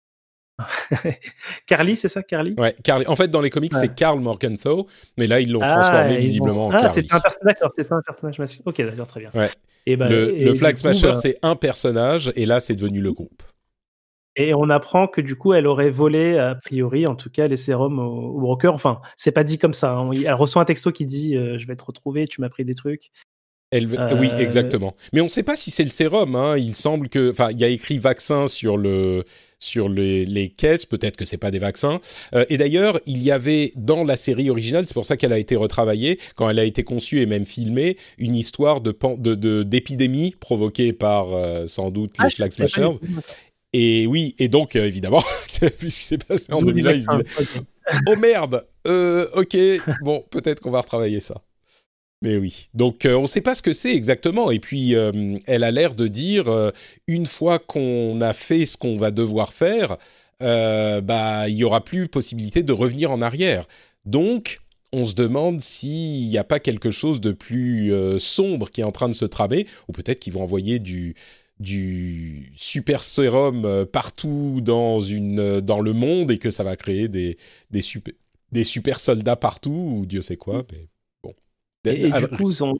E: Carly, c'est ça, Carly ?
D: Ouais, Carly. En fait, dans les comics, ouais. c'est Carl Morgenthau, mais là, ils l'ont
E: ah,
D: transformé visiblement
E: vont...
D: en
E: ah,
D: Carly.
E: C'est un personnage, d'accord, c'est un personnage masculin. Ok, d'accord, très bien.
D: Ouais.
E: Et bah,
D: le,
E: et
D: le Flag Smasher, bah...
E: bah...
D: c'est un personnage, et là, c'est devenu le groupe.
E: Et on apprend que du coup, elle aurait volé, a priori, en tout cas, les sérums au, au broker. Enfin, c'est pas dit comme ça. Hein. Elle reçoit un texto qui dit euh, « Je vais te retrouver, tu m'as pris des trucs ».
D: Elle... Euh... Oui, exactement. Mais on ne sait pas si c'est le sérum. Hein. Il semble que, enfin, il y a écrit vaccin sur le sur les, les caisses. Peut-être que c'est pas des vaccins. Euh, et d'ailleurs, il y avait dans la série originale, c'est pour ça qu'elle a été retravaillée quand elle a été conçue et même filmée, une histoire de, pan... de, de d'épidémie provoquée par euh, sans doute les ah, Flag Smashers. Et oui, et donc euh, évidemment, vu ce qui s'est passé en deux mille un, ils se disent oh merde, euh, ok, bon, peut-être qu'on va retravailler ça. Mais oui, donc euh, on ne sait pas ce que c'est exactement. Et puis, euh, elle a l'air de dire, euh, une fois qu'on a fait ce qu'on va devoir faire, euh, bah, il n'y aura plus possibilité de revenir en arrière. Donc, on se demande s'il n'y a pas quelque chose de plus euh, sombre qui est en train de se tramer, ou peut-être qu'ils vont envoyer du, du super sérum partout dans, une, dans le monde et que ça va créer des, des, super, des super soldats partout, ou Dieu sait quoi, mais...
E: Et, et
D: Ah,
E: du coup, on,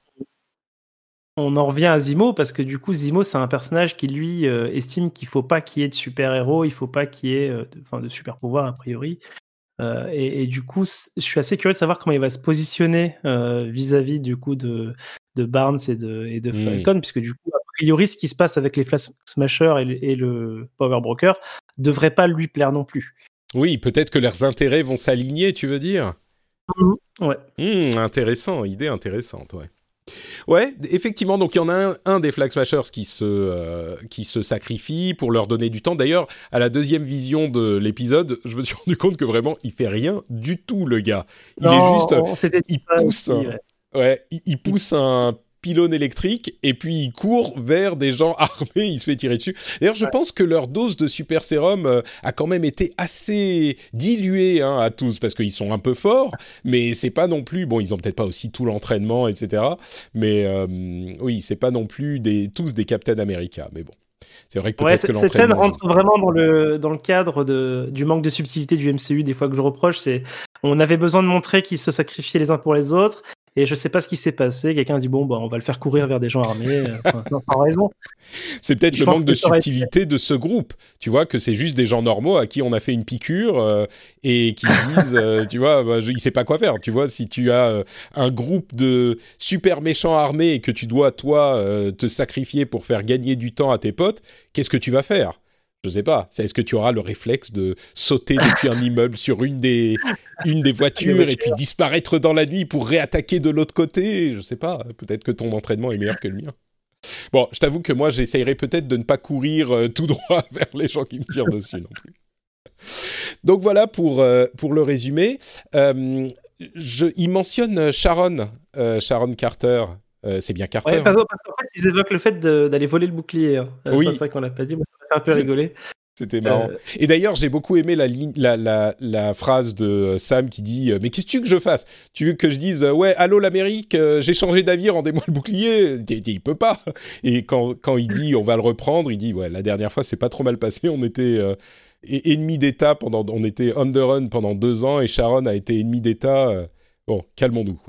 E: on en revient à Zemo parce que du coup, Zemo, c'est un personnage qui lui euh, estime qu'il faut pas qu'il y ait de super-héros, il faut pas qu'il y ait euh, de, enfin, de super-pouvoirs a priori. Euh, et, et du coup, c- je suis assez curieux de savoir comment il va se positionner euh, vis-à-vis du coup de, de Barnes et de, et de
D: hmm.
E: Falcon, puisque du coup, a priori, ce qui se passe avec les Flash Smashers et, le- et le Power Broker devrait pas lui plaire non plus.
D: Oui, peut-être que leurs intérêts vont s'aligner, tu veux dire?
E: Ouais.
D: Hmm, intéressant, idée intéressante, ouais. Ouais, effectivement, donc il y en a un, un des Flag Smashers qui se, euh, qui se sacrifie pour leur donner du temps. D'ailleurs, à la deuxième vision de l'épisode, je me suis rendu compte que vraiment, il fait rien du tout, le gars. Il
E: Non,
D: est juste...
E: on s'était dit
D: Il
E: ça
D: pousse,
E: aussi,
D: un,
E: ouais.
D: ouais, il, il pousse un pylône électrique et puis il court vers des gens armés, il se fait tirer dessus. D'ailleurs, je
E: Ouais.
D: pense que leur dose de super sérum euh, a quand même été assez diluée hein, à tous parce qu'ils sont un peu forts, mais c'est pas non plus... Bon, ils ont peut-être pas aussi tout l'entraînement, et cetera. Mais euh, oui, c'est pas non plus des, tous des Captain America, mais bon. C'est vrai que
E: Ouais,
D: peut-être
E: c-
D: que
E: cette scène
D: l'entraînement...
E: rentre vraiment dans le, dans le cadre de, du manque de subtilité du M C U, des fois que je reproche. C'est, on avait besoin de montrer qu'ils se sacrifiaient les uns pour les autres, et je sais pas ce qui s'est passé. Quelqu'un a dit bon, bah, on va le faire courir vers des gens armés, euh, enfin, sans, sans raison.
D: C'est peut-être
E: Je
D: le
E: pense
D: manque
E: que
D: de
E: ça aurait été-
D: subtilité de ce groupe. Tu vois, que c'est juste des gens normaux à qui on a fait une piqûre euh, et qui se disent, euh, tu vois, bah, je, il sait pas quoi faire. Tu vois, si tu as euh, un groupe de super méchants armés et que tu dois, toi, euh, te sacrifier pour faire gagner du temps à tes potes, qu'est-ce que tu vas faire ? Je sais pas. C'est, est-ce que tu auras le réflexe de sauter depuis un immeuble sur une des, une des voitures et puis disparaître dans la nuit pour réattaquer de l'autre côté ? Je sais pas. Peut-être que ton entraînement est meilleur que le mien. Bon, je t'avoue que moi, j'essayerais peut-être de ne pas courir euh, tout droit vers les gens qui me tirent dessus non plus. Donc voilà pour, euh, pour le résumé. Euh, je, il mentionne Sharon, euh, Sharon Carter. Euh, c'est bien Carter.
E: Ouais, parce,
D: hein
E: parce qu'en fait, ils évoquent le fait de, d'aller voler le bouclier. Hein. Euh,
D: Oui.
E: Ça, c'est vrai qu'on l'a pas dit, mais ça m'a fait un peu
D: C'est-
E: rigoler.
D: C'était marrant.
E: Euh,
D: Et d'ailleurs, j'ai beaucoup aimé la, ligne, la, la, la phrase de Sam qui dit euh, « Mais qu'est-ce que tu veux que je fasse ? Tu veux que je dise euh, « Ouais, allô l'Amérique, euh, j'ai changé d'avis, rendez-moi le bouclier ?» Il, il peut pas. Et quand, quand il dit « On va le reprendre », il dit « Ouais, la dernière fois, c'est pas trop mal passé. On était euh, ennemis d'État pendant... On était underrun pendant deux ans et Sharon a été ennemi d'État. Euh, bon, calmons-nous, quoi. »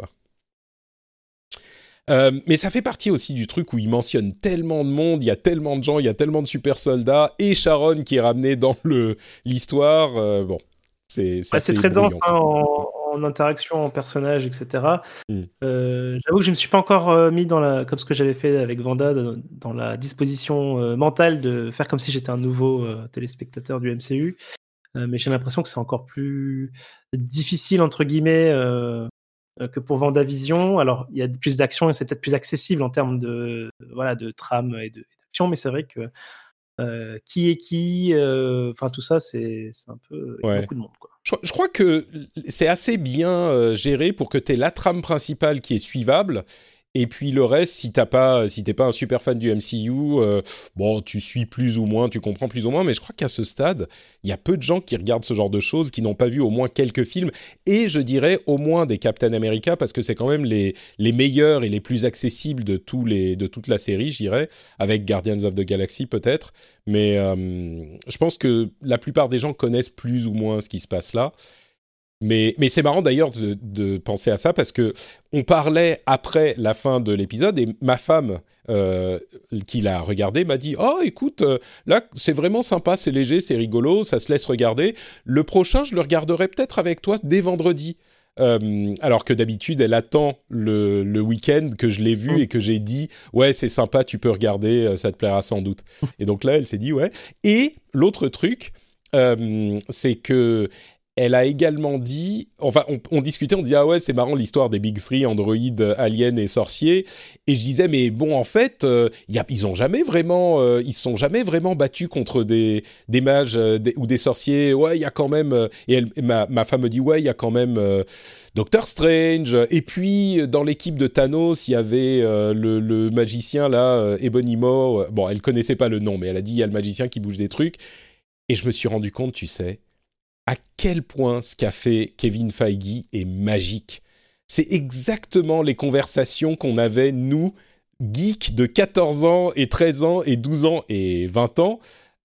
D: Euh, mais ça fait partie aussi du truc où il mentionne tellement de monde, il y a tellement de gens, il y a tellement de super soldats, et Sharon qui est ramenée dans le, l'histoire. Euh, bon, c'est, ça
E: ouais, c'est
D: fait
E: très dense
D: brouillon.
E: hein, en, en interaction, en personnage, et cetera.
D: Mm.
E: Euh, j'avoue que je ne me suis pas encore euh, mis dans la, comme ce que j'avais fait avec Vanda, dans, dans la disposition euh, mentale de faire comme si j'étais un nouveau euh, téléspectateur du M C U. Euh, mais j'ai l'impression que c'est encore plus difficile, entre guillemets, euh, que pour WandaVision. Alors, il y a plus d'action et c'est peut-être plus accessible en termes de, voilà, de trame et de, d'action, mais c'est vrai que euh, qui est qui, euh, enfin tout ça, c'est, c'est un peu... Il y a
D: Ouais.
E: beaucoup de monde, quoi.
D: Je, je crois que c'est assez bien euh, géré pour que tu aies la trame principale qui est suivable. Et puis le reste, si t'as pas, si t'es pas un super fan du M C U, euh, bon, tu suis plus ou moins, tu comprends plus ou moins. Mais je crois qu'à ce stade, il y a peu de gens qui regardent ce genre de choses, qui n'ont pas vu au moins quelques films. Et je dirais au moins des Captain America, parce que c'est quand même les les meilleurs et les plus accessibles de tous les de toute la série, je dirais, avec Guardians of the Galaxy peut-être. Mais euh, je pense que la plupart des gens connaissent plus ou moins ce qui se passe là. Mais, mais c'est marrant d'ailleurs de, de penser à ça parce que on parlait après la fin de l'épisode et ma femme euh, qui l'a regardé m'a dit « Oh, écoute, euh, là, c'est vraiment sympa, c'est léger, c'est rigolo, ça se laisse regarder. Le prochain, je le regarderai peut-être avec toi dès vendredi. » Euh, alors que d'habitude, elle attend le, le week-end que je l'ai vu mmh. et que j'ai dit « Ouais, c'est sympa, tu peux regarder, ça te plaira sans doute. » Et donc là, elle s'est dit « Ouais. » Et l'autre truc, euh, c'est que elle a également dit, enfin, on, on discutait, on disait ah ouais, c'est marrant l'histoire des Big Three, Android, Alien et Sorcier. Et je disais mais bon, en fait, euh, y a, ils ont jamais vraiment, euh, ils sont jamais vraiment battus contre des des mages euh, des, ou des sorciers. Ouais, il y a quand même. Euh, et elle, ma ma femme me dit ouais, il y a quand même euh, Doctor Strange. Et puis dans l'équipe de Thanos, il y avait euh, le, le magicien là, euh, Ebonimo. Bon, elle connaissait pas le nom, mais elle a dit il y a le magicien qui bouge des trucs. Et je me suis rendu compte, tu sais, à quel point ce qu'a fait Kevin Feige est magique. C'est exactement les conversations qu'on avait, nous, geeks de quatorze ans et treize ans et douze ans et vingt ans,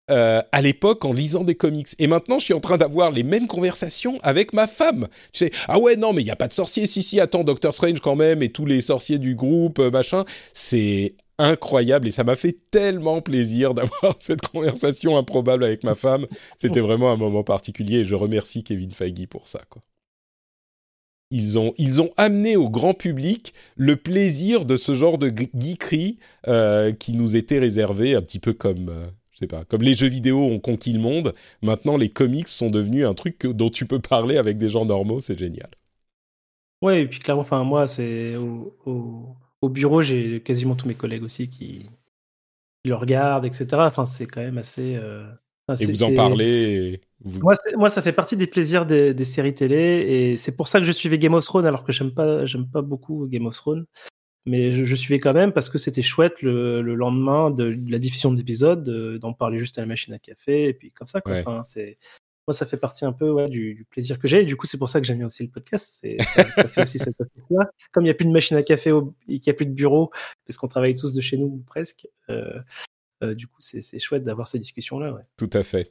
D: euh, à l'époque en lisant des comics. Et maintenant, je suis en train d'avoir les mêmes conversations avec ma femme. Tu sais, ah ouais, non, mais il n'y a pas de sorcier. Si, si, attends, Doctor Strange quand même, et tous les sorciers du groupe, euh, machin. C'est incroyable et ça m'a fait tellement plaisir d'avoir cette conversation improbable avec ma femme. C'était vraiment un moment particulier et je remercie Kevin Feige pour ça, quoi. Ils ont, ils ont amené au grand public le plaisir de ce genre de geekerie euh, qui nous était réservé un petit peu comme, euh, je sais pas, comme les jeux vidéo ont conquis le monde. Maintenant, les comics sont devenus un truc que, dont tu peux parler avec des gens normaux. C'est génial.
E: Ouais, et puis clairement, enfin moi, c'est au, au, au bureau, j'ai quasiment tous mes collègues aussi qui, qui le regardent, et cetera. Enfin, c'est quand même assez. Euh... Enfin,
D: et
E: c'est,
D: vous en
E: c'est...
D: parlez et vous...
E: Moi, c'est, moi, ça fait partie des plaisirs des, des séries télé, et c'est pour ça que je suivais Game of Thrones, alors que j'aime pas, j'aime pas beaucoup Game of Thrones. Mais je, je suivais quand même parce que c'était chouette le, le lendemain de, de la diffusion d'épisodes, de, d'en parler juste à la machine à café, et puis comme ça, quoi.
D: Ouais.
E: Enfin, c'est, moi, ça fait partie un peu ouais, du, du plaisir que j'ai, et du coup, c'est pour ça que j'aime bien aussi le podcast. C'est, ça, ça fait aussi cette office-là. Comme il n'y a plus de machine à café au, et qu'il n'y a plus de bureau, parce qu'on travaille tous de chez nous, presque, euh, euh, du coup, c'est, c'est chouette d'avoir ces discussions-là. Ouais.
D: Tout à fait.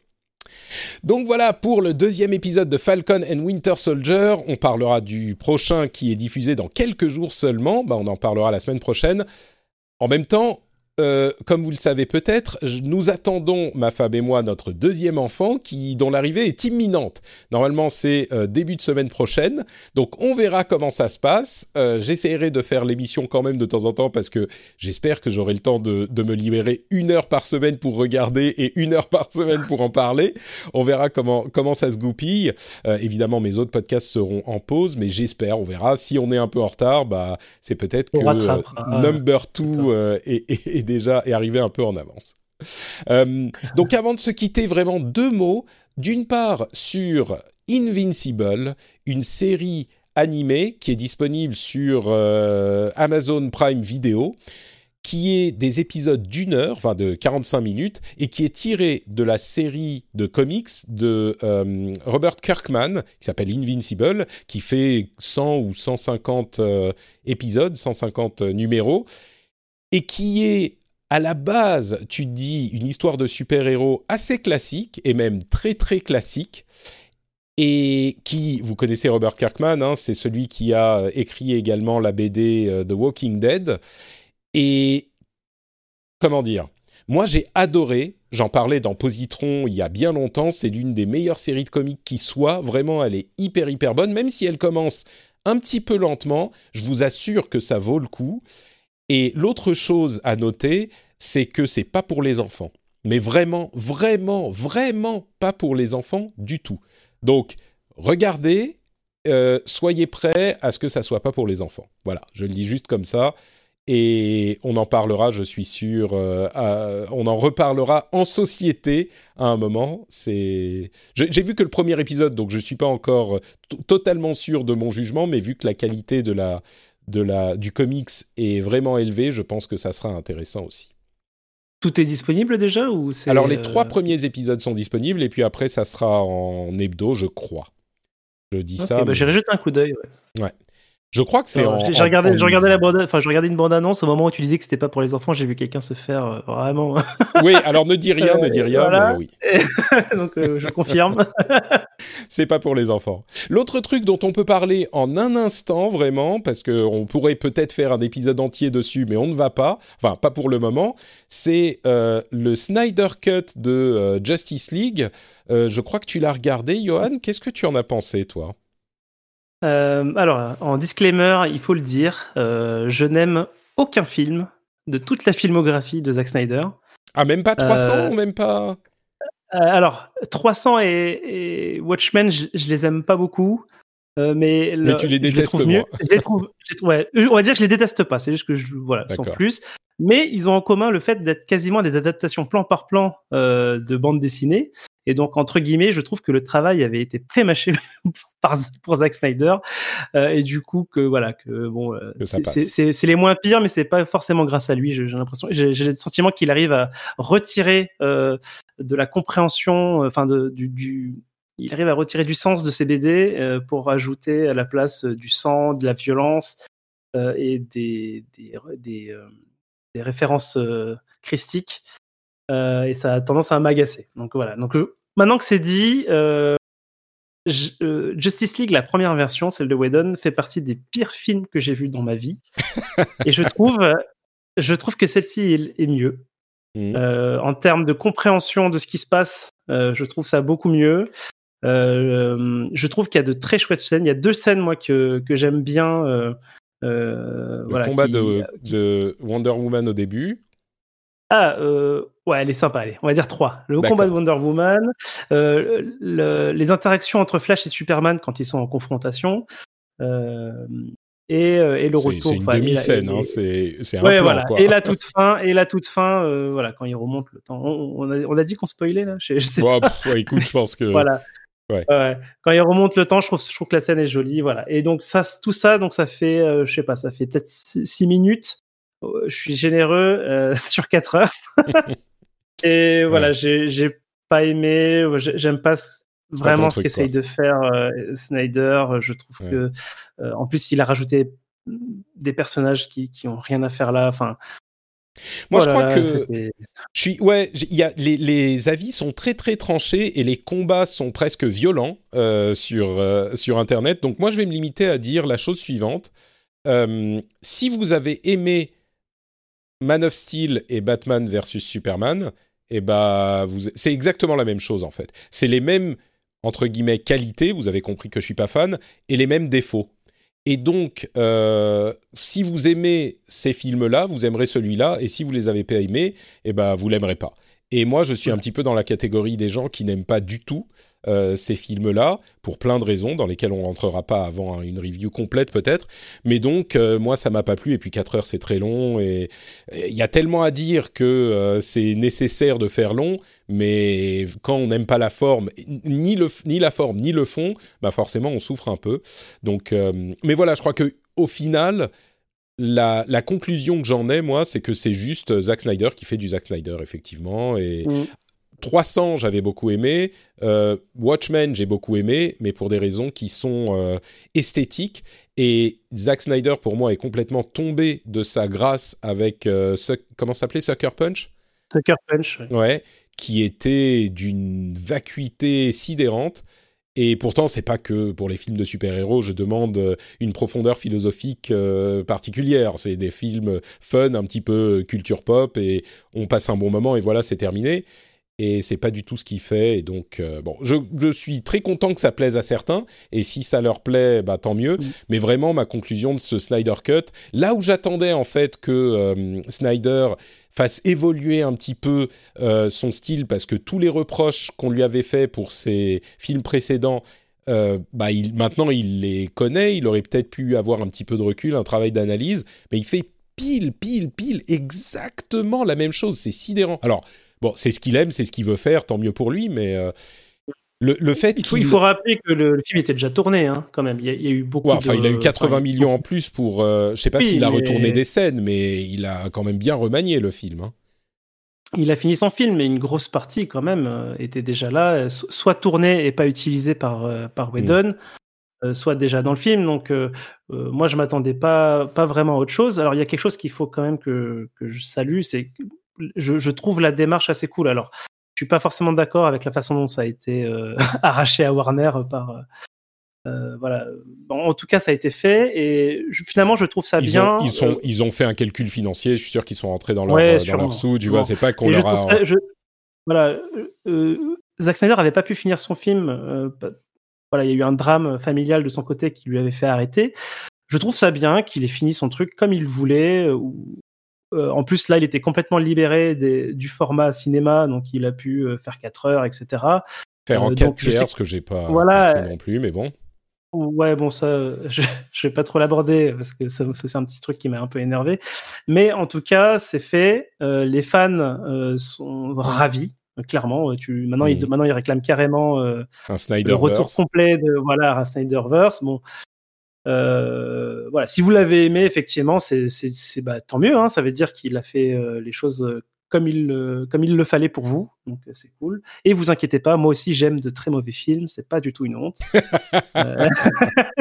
D: Donc voilà pour le deuxième épisode de Falcon and Winter Soldier. On parlera du prochain qui est diffusé dans quelques jours seulement. Bah, on en parlera la semaine prochaine. En même temps, euh, comme vous le savez peut-être, nous attendons, ma femme et moi, notre deuxième enfant qui, dont l'arrivée est imminente. Normalement, c'est euh, début de semaine prochaine. Donc, on verra comment ça se passe. Euh, j'essaierai de faire l'émission quand même de temps en temps parce que j'espère que j'aurai le temps de, de me libérer une heure par semaine pour regarder et une heure par semaine pour en parler. On verra comment, comment ça se goupille. Euh, évidemment, mes autres podcasts seront en pause, mais j'espère, on verra. Si on est un peu en retard, bah, c'est peut-être
E: On
D: que euh, Number two euh, est, est, est déjà est arrivé un peu en avance. Euh, donc avant de se quitter, vraiment deux mots. D'une part sur Invincible, une série animée qui est disponible sur euh, Amazon Prime Video, qui est des épisodes d'une heure, enfin de quarante-cinq minutes, et qui est tiré de la série de comics de euh, Robert Kirkman, qui s'appelle Invincible, qui fait cent ou cent cinquante euh, épisodes, cent cinquante numéros, et qui est à la base, tu te dis, une histoire de super-héros assez classique, et même très très classique, et qui, vous connaissez Robert Kirkman, hein, c'est celui qui a écrit également la B D euh, The Walking Dead, et comment dire, moi j'ai adoré, j'en parlais dans Positron il y a bien longtemps, c'est l'une des meilleures séries de comics qui soit, vraiment elle est hyper hyper bonne, même si elle commence un petit peu lentement, je vous assure que ça vaut le coup. Et l'autre chose à noter, c'est que c'est pas pour les enfants. Mais vraiment, vraiment, vraiment pas pour les enfants du tout. Donc, regardez, euh, soyez prêts à ce que ça soit pas pour les enfants. Voilà, je le dis juste comme ça. Et on en parlera, je suis sûr, euh, à, on en reparlera en société à un moment. C'est... J'ai, j'ai vu que le premier épisode, donc je suis pas encore t- totalement sûr de mon jugement, mais vu que la qualité de la... De la, du comics est vraiment élevé, je pense que ça sera intéressant aussi.
E: Tout est disponible déjà ou c'est
D: Alors les
E: euh...
D: trois premiers épisodes sont disponibles et puis après ça sera en hebdo, je crois. Je dis
E: okay,
D: ça.
E: Bah,
D: mais...
E: J'irai jeter un coup d'œil. Ouais.
D: Ouais. Je crois que c'est
E: Alors,
D: en.
E: J'ai regardé,
D: en, en
E: je regardais la bande, enfin je regardais une bande annonce au moment où tu disais que c'était pas pour les enfants. J'ai vu quelqu'un se faire euh, vraiment.
D: Oui, alors ne dis rien, ne dis rien,
E: voilà.
D: mais oui.
E: Et... Donc euh, je confirme.
D: C'est pas pour les enfants. L'autre truc dont on peut parler en un instant vraiment, parce que on pourrait peut-être faire un épisode entier dessus, mais on ne va pas. Enfin, pas pour le moment. C'est euh, le Snyder Cut de euh, Justice League. Euh, je crois que tu l'as regardé, Johan. Qu'est-ce que tu en as pensé, toi?
E: Euh, alors, en disclaimer, il faut le dire, euh, je n'aime aucun film de toute la filmographie de Zack Snyder.
D: Ah, même pas trois cents,
E: euh,
D: même pas...
E: Euh, alors, trois cents et, et Watchmen, je, je les aime pas beaucoup. Euh, mais,
D: mais
E: le,
D: tu les détestes
E: je les
D: moins.
E: je les trouve, je les trouve, ouais, on va dire que je les déteste pas, c'est juste que je, voilà, sans plus. Mais ils ont en commun le fait d'être quasiment des adaptations plan par plan euh, de bande dessinée. Et donc, entre guillemets, je trouve que le travail avait été prémâché par, pour Zack Snyder. Euh, et du coup, que voilà, que bon, euh,
D: que
E: c'est, c'est, c'est, c'est les moins pires, mais c'est pas forcément grâce à lui. J'ai, j'ai l'impression, j'ai, j'ai le sentiment qu'il arrive à retirer euh, de la compréhension, enfin, de, du, du, il arrive à retirer du sens de ses B D euh, pour ajouter à la place euh, du sang, de la violence euh, et des, des, des, euh, des références euh, christiques. euh, et ça a tendance à m'agacer. Donc voilà. Donc euh, maintenant que c'est dit, euh, j- euh, Justice League, la première version, celle de Whedon, fait partie des pires films que j'ai vus dans ma vie. Et je trouve, euh, je trouve que celle-ci est, est mieux.
D: Mmh.
E: Euh, en termes de compréhension de ce qui se passe, euh, je trouve ça beaucoup mieux. Euh, je trouve qu'il y a de très chouettes scènes. Il y a deux scènes, moi, que, que j'aime bien. Euh, euh,
D: Le
E: voilà,
D: combat
E: qui,
D: de,
E: qui...
D: de Wonder Woman au début.
E: Ah, euh, ouais, elle est sympa, allez. On va dire trois. Le
D: D'accord.
E: combat de Wonder Woman, euh, le, les interactions entre Flash et Superman quand ils sont en confrontation, euh, et, euh, et le
D: C'est,
E: retour.
D: c'est une
E: enfin, et la-
D: demi-scène,
E: et-
D: hein, c'est, c'est un
E: ouais,
D: plan,
E: voilà.
D: quoi.
E: Et la toute fin, et la toute fin, euh, voilà, quand il remonte le temps. On, on, a, on a dit qu'on spoilait là. Je, je sais
D: Bon,
E: pas.
D: pff, ouais, écoute, je pense que...
E: Voilà.
D: Ouais.
E: Ouais. Quand il remonte le temps, je trouve, je trouve que la scène est jolie, voilà. Et donc ça, tout ça, donc ça fait, euh, je sais pas, ça fait peut-être six, six minutes. Euh, Je suis généreux euh, sur quatre heures. Et voilà,
D: Ouais.
E: j'ai, j'ai pas aimé, j'ai- j'aime pas s-
D: C'est pas ton
E: vraiment ce
D: truc,
E: qu'essaye
D: quoi.
E: de faire euh, Snyder. Je trouve
D: Ouais.
E: que, euh, en plus, il a rajouté des personnages qui, qui ont rien à faire là. Enfin,
D: Moi,
E: oh
D: je
E: là
D: crois
E: là,
D: que
E: c'était-
D: je suis, ouais, j- il y a les, les avis sont très très tranchés et les combats sont presque violents euh, sur euh, sur Internet. Donc moi, je vais me limiter à dire la chose suivante. Euh, si vous avez aimé Man of Steel et Batman versus Superman, eh ben, vous, c'est exactement la même chose en fait. C'est les mêmes entre guillemets qualités. Vous avez compris que je suis pas fan et les mêmes défauts. Et donc, euh, si vous aimez ces films-là, vous aimerez celui-là, et si vous les avez pas aimés, eh ben, vous l'aimerez pas. Et moi, je suis un petit peu dans la catégorie des gens qui n'aiment pas du tout euh, ces films-là, pour plein de raisons, dans lesquelles on rentrera pas avant une review complète peut-être. Mais donc, euh, moi, ça m'a pas plu, et puis quatre heures, c'est très long, et il y a tellement à dire que euh, c'est nécessaire de faire long, mais quand on n'aime pas la forme, ni, le, ni la forme, ni le fond, bah forcément, on souffre un peu. Donc, euh, mais voilà, je crois que au final, la, la conclusion que j'en ai, moi, c'est que c'est juste Zack Snyder qui fait du Zack Snyder, effectivement. Et
E: Mm.
D: trois cents, j'avais beaucoup aimé. Euh, Watchmen, j'ai beaucoup aimé, mais pour des raisons qui sont euh, esthétiques. Et Zack Snyder, pour moi, est complètement tombé de sa grâce avec, euh, ce, comment ça s'appelait, Sucker Punch ?
E: Sucker Punch. Ouais.
D: Ouais, qui était d'une vacuité sidérante. Et pourtant, c'est pas que pour les films de super-héros, je demande une profondeur philosophique euh, particulière. C'est des films fun, un petit peu culture pop, et on passe un bon moment, et voilà, c'est terminé. Et c'est pas du tout ce qu'il fait. Et donc, euh, bon, je, je suis très content que ça plaise à certains. Et si ça leur plaît, bah tant mieux.
E: Mm.
D: Mais vraiment, ma conclusion de ce Snyder Cut, là où j'attendais en fait que euh, Snyder fasse évoluer un petit peu euh, son style, parce que tous les reproches qu'on lui avait fait pour ses films précédents, euh, bah il, maintenant il les connaît, il aurait peut-être pu avoir un petit peu de recul, un travail d'analyse, mais il fait pile, pile, pile, exactement la même chose, c'est sidérant. Alors, bon, c'est ce qu'il aime, c'est ce qu'il veut faire, tant mieux pour lui, mais euh, le, le fait
E: Il faut,
D: qu'il...
E: il faut rappeler que le, le film était déjà tourné, hein, quand même. Il y a, il y a eu beaucoup
D: Ouais, enfin,
E: de...
D: il a eu quatre-vingts
E: enfin,
D: millions en plus pour... Euh, je sais pas
E: Oui,
D: s'il a
E: mais-
D: retourné des scènes, mais il a quand même bien remanié le film. Hein.
E: Il a fini son film, mais une grosse partie, quand même, euh, était déjà là, euh, so- soit tournée et pas utilisée par, euh, par Whedon, euh, soit déjà dans le film. Donc, euh, euh, moi, je m'attendais pas, pas vraiment à autre chose. Alors, il y a quelque chose qu'il faut quand même que, que je salue, c'est que je, je trouve la démarche assez cool. Alors, je suis pas forcément d'accord avec la façon dont ça a été euh, arraché à Warner par... Euh, voilà. Bon, en tout cas, ça a été fait, et je, finalement, je trouve ça
D: Ils
E: bien.
D: ont, ils, sont,
E: euh,
D: ils ont fait un calcul financier, je suis sûr qu'ils sont rentrés dans leur,
E: Ouais,
D: euh, dans
E: sûrement,
D: leur sous, tu
E: sûrement.
D: vois, c'est pas qu'on
E: Et je
D: leur a...
E: trouve ça- je- voilà, euh, euh, Zack Snyder avait pas pu finir son film. euh, pa- voilà, il y a eu un drame familial de son côté qui lui avait fait arrêter. Je trouve ça bien qu'il ait fini son truc comme il voulait. euh, ou- euh, en plus, là, il était complètement libéré des- du format cinéma, donc il a pu euh, faire quatre heures, et cetera.
D: Faire en
E: Euh,
D: quatre
E: donc, je sais
D: tiers,
E: que-
D: ce que j'ai pas
E: Voilà.
D: compris non plus, mais bon.
E: Ouais, bon, ça, euh, je, je vais pas trop l'aborder parce que ça, ça, c'est un petit truc qui m'a un peu énervé. Mais en tout cas, c'est fait. Euh, les fans euh, sont ravis, euh, clairement. Euh, Tu, maintenant, ils,
D: Mhm.
E: maintenant, ils réclament carrément euh,
D: Un
E: le
D: Snyderverse.
E: retour complet de voilà, un Snyderverse. Bon, euh, voilà. Si vous l'avez aimé, effectivement, c'est, c'est, c'est bah, tant mieux. Hein, ça veut dire qu'il a fait euh, les choses euh, comme il, euh, comme il le fallait pour vous. Donc, euh, c'est cool. Et vous inquiétez pas, moi aussi, j'aime de très mauvais films. C'est pas du tout une honte. Euh,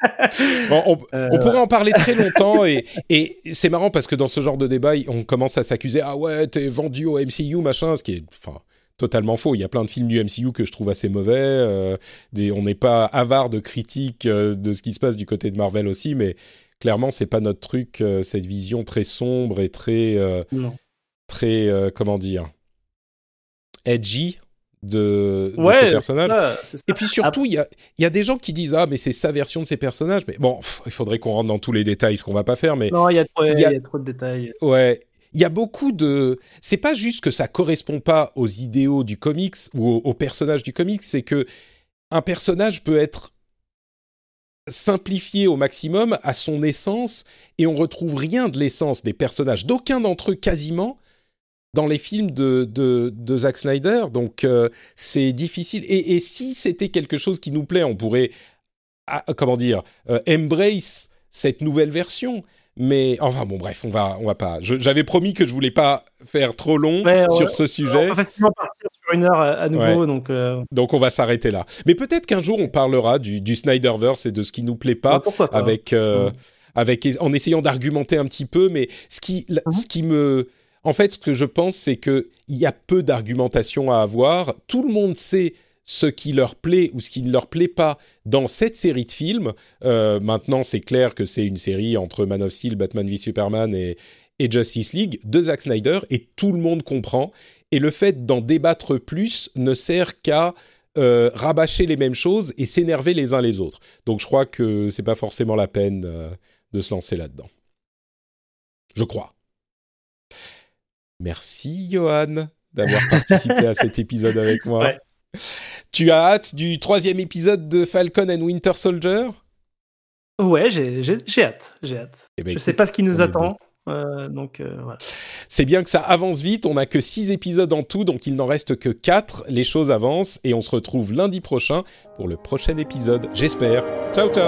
D: Bon, on, euh, on pourrait en parler très longtemps et, et c'est marrant parce que dans ce genre de débat, on commence à s'accuser « Ah ouais, t'es vendu au M C U, machin », ce qui est enfin, totalement faux. Il y a plein de films du M C U que je trouve assez mauvais. Euh, des, on n'est pas avare de critiques euh, de ce qui se passe du côté de Marvel aussi, mais clairement, c'est pas notre truc, euh, cette vision très sombre et très... Euh, très, euh, comment dire, edgy de, de
E: ouais,
D: ces personnages.
E: C'est ça, c'est ça.
D: Et puis surtout, il y a, y a des gens qui disent « Ah, mais c'est sa version de ces personnages. » Mais bon, pff, il faudrait qu'on rentre dans tous les détails, ce qu'on va pas faire. Mais
E: non, il y a trop,
D: y a,
E: y a trop de détails.
D: Ouais, il y a beaucoup de... C'est pas juste que ça correspond pas aux idéaux du comics ou aux, aux personnages du comics, c'est que un personnage peut être simplifié au maximum à son essence et on retrouve rien de l'essence des personnages, d'aucun d'entre eux quasiment, dans les films de, de, de Zack Snyder. Donc euh, c'est difficile. Et, et si c'était quelque chose qui nous plaît, on pourrait, ah, comment dire, euh, embrace cette nouvelle version. Mais enfin bon, bref, on va, on va pas. Je, j'avais promis que je voulais pas faire trop long ouais, sur ouais, ce sujet.
E: On va facilement partir sur une heure à nouveau, ouais. donc. Euh...
D: Donc on va s'arrêter là. Mais peut-être qu'un jour on parlera du, du Snyderverse et de ce qui nous plaît pas, ouais, pas avec, euh, mmh. avec, en essayant d'argumenter un petit peu. Mais ce qui, mmh. ce qui me, en fait, ce que je pense, c'est que il y a peu d'argumentation à avoir. Tout le monde sait ce qui leur plaît ou ce qui ne leur plaît pas dans cette série de films. Euh, maintenant, c'est clair que c'est une série entre Man of Steel, Batman v Superman et, et Justice League de Zack Snyder, et tout le monde comprend. Et le fait d'en débattre plus ne sert qu'à euh, rabâcher les mêmes choses et s'énerver les uns les autres. Donc, je crois que c'est pas forcément la peine euh, de se lancer là-dedans. Je crois. Merci, Johan, d'avoir participé à cet épisode avec moi. Ouais. Tu as hâte du troisième épisode de Falcon and Winter Soldier ?
E: Ouais, j'ai, j'ai, j'ai hâte, j'ai hâte. Eh ben, je écoute, sais pas ce qui nous attend, euh, donc euh, voilà.
D: C'est bien que ça avance vite, on n'a que six épisodes en tout, donc il n'en reste que quatre, les choses avancent, et on se retrouve lundi prochain pour le prochain épisode, j'espère. Ciao, ciao.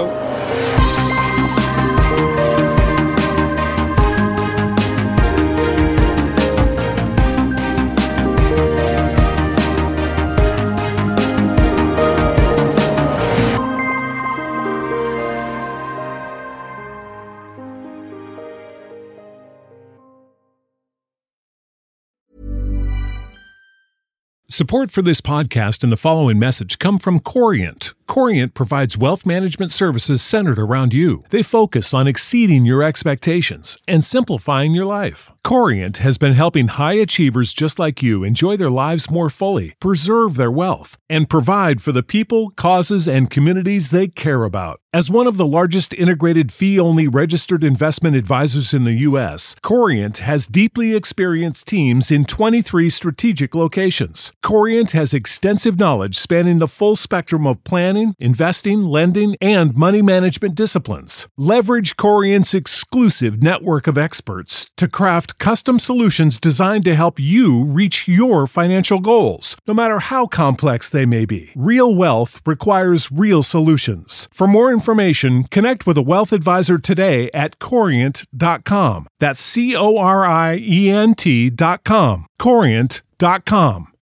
F: Support for this podcast and the following message come from Corient. Corient provides wealth management services centered around you. They focus on exceeding your expectations and simplifying your life. Corient has been helping high achievers just like you enjoy their lives more fully, preserve their wealth, and provide for the people, causes, and communities they care about. As one of the largest integrated fee-only registered investment advisors in the U S, Corient has deeply experienced teams in twenty-three strategic locations. Corient has extensive knowledge spanning the full spectrum of planning, investing, lending, and money management disciplines. Leverage Corient's exclusive network of experts to craft custom solutions designed to help you reach your financial goals, no matter how complex they may be. Real wealth requires real solutions. For more information, connect with a wealth advisor today at corient dot com. That's C O R I E N T dot com. corient dot com.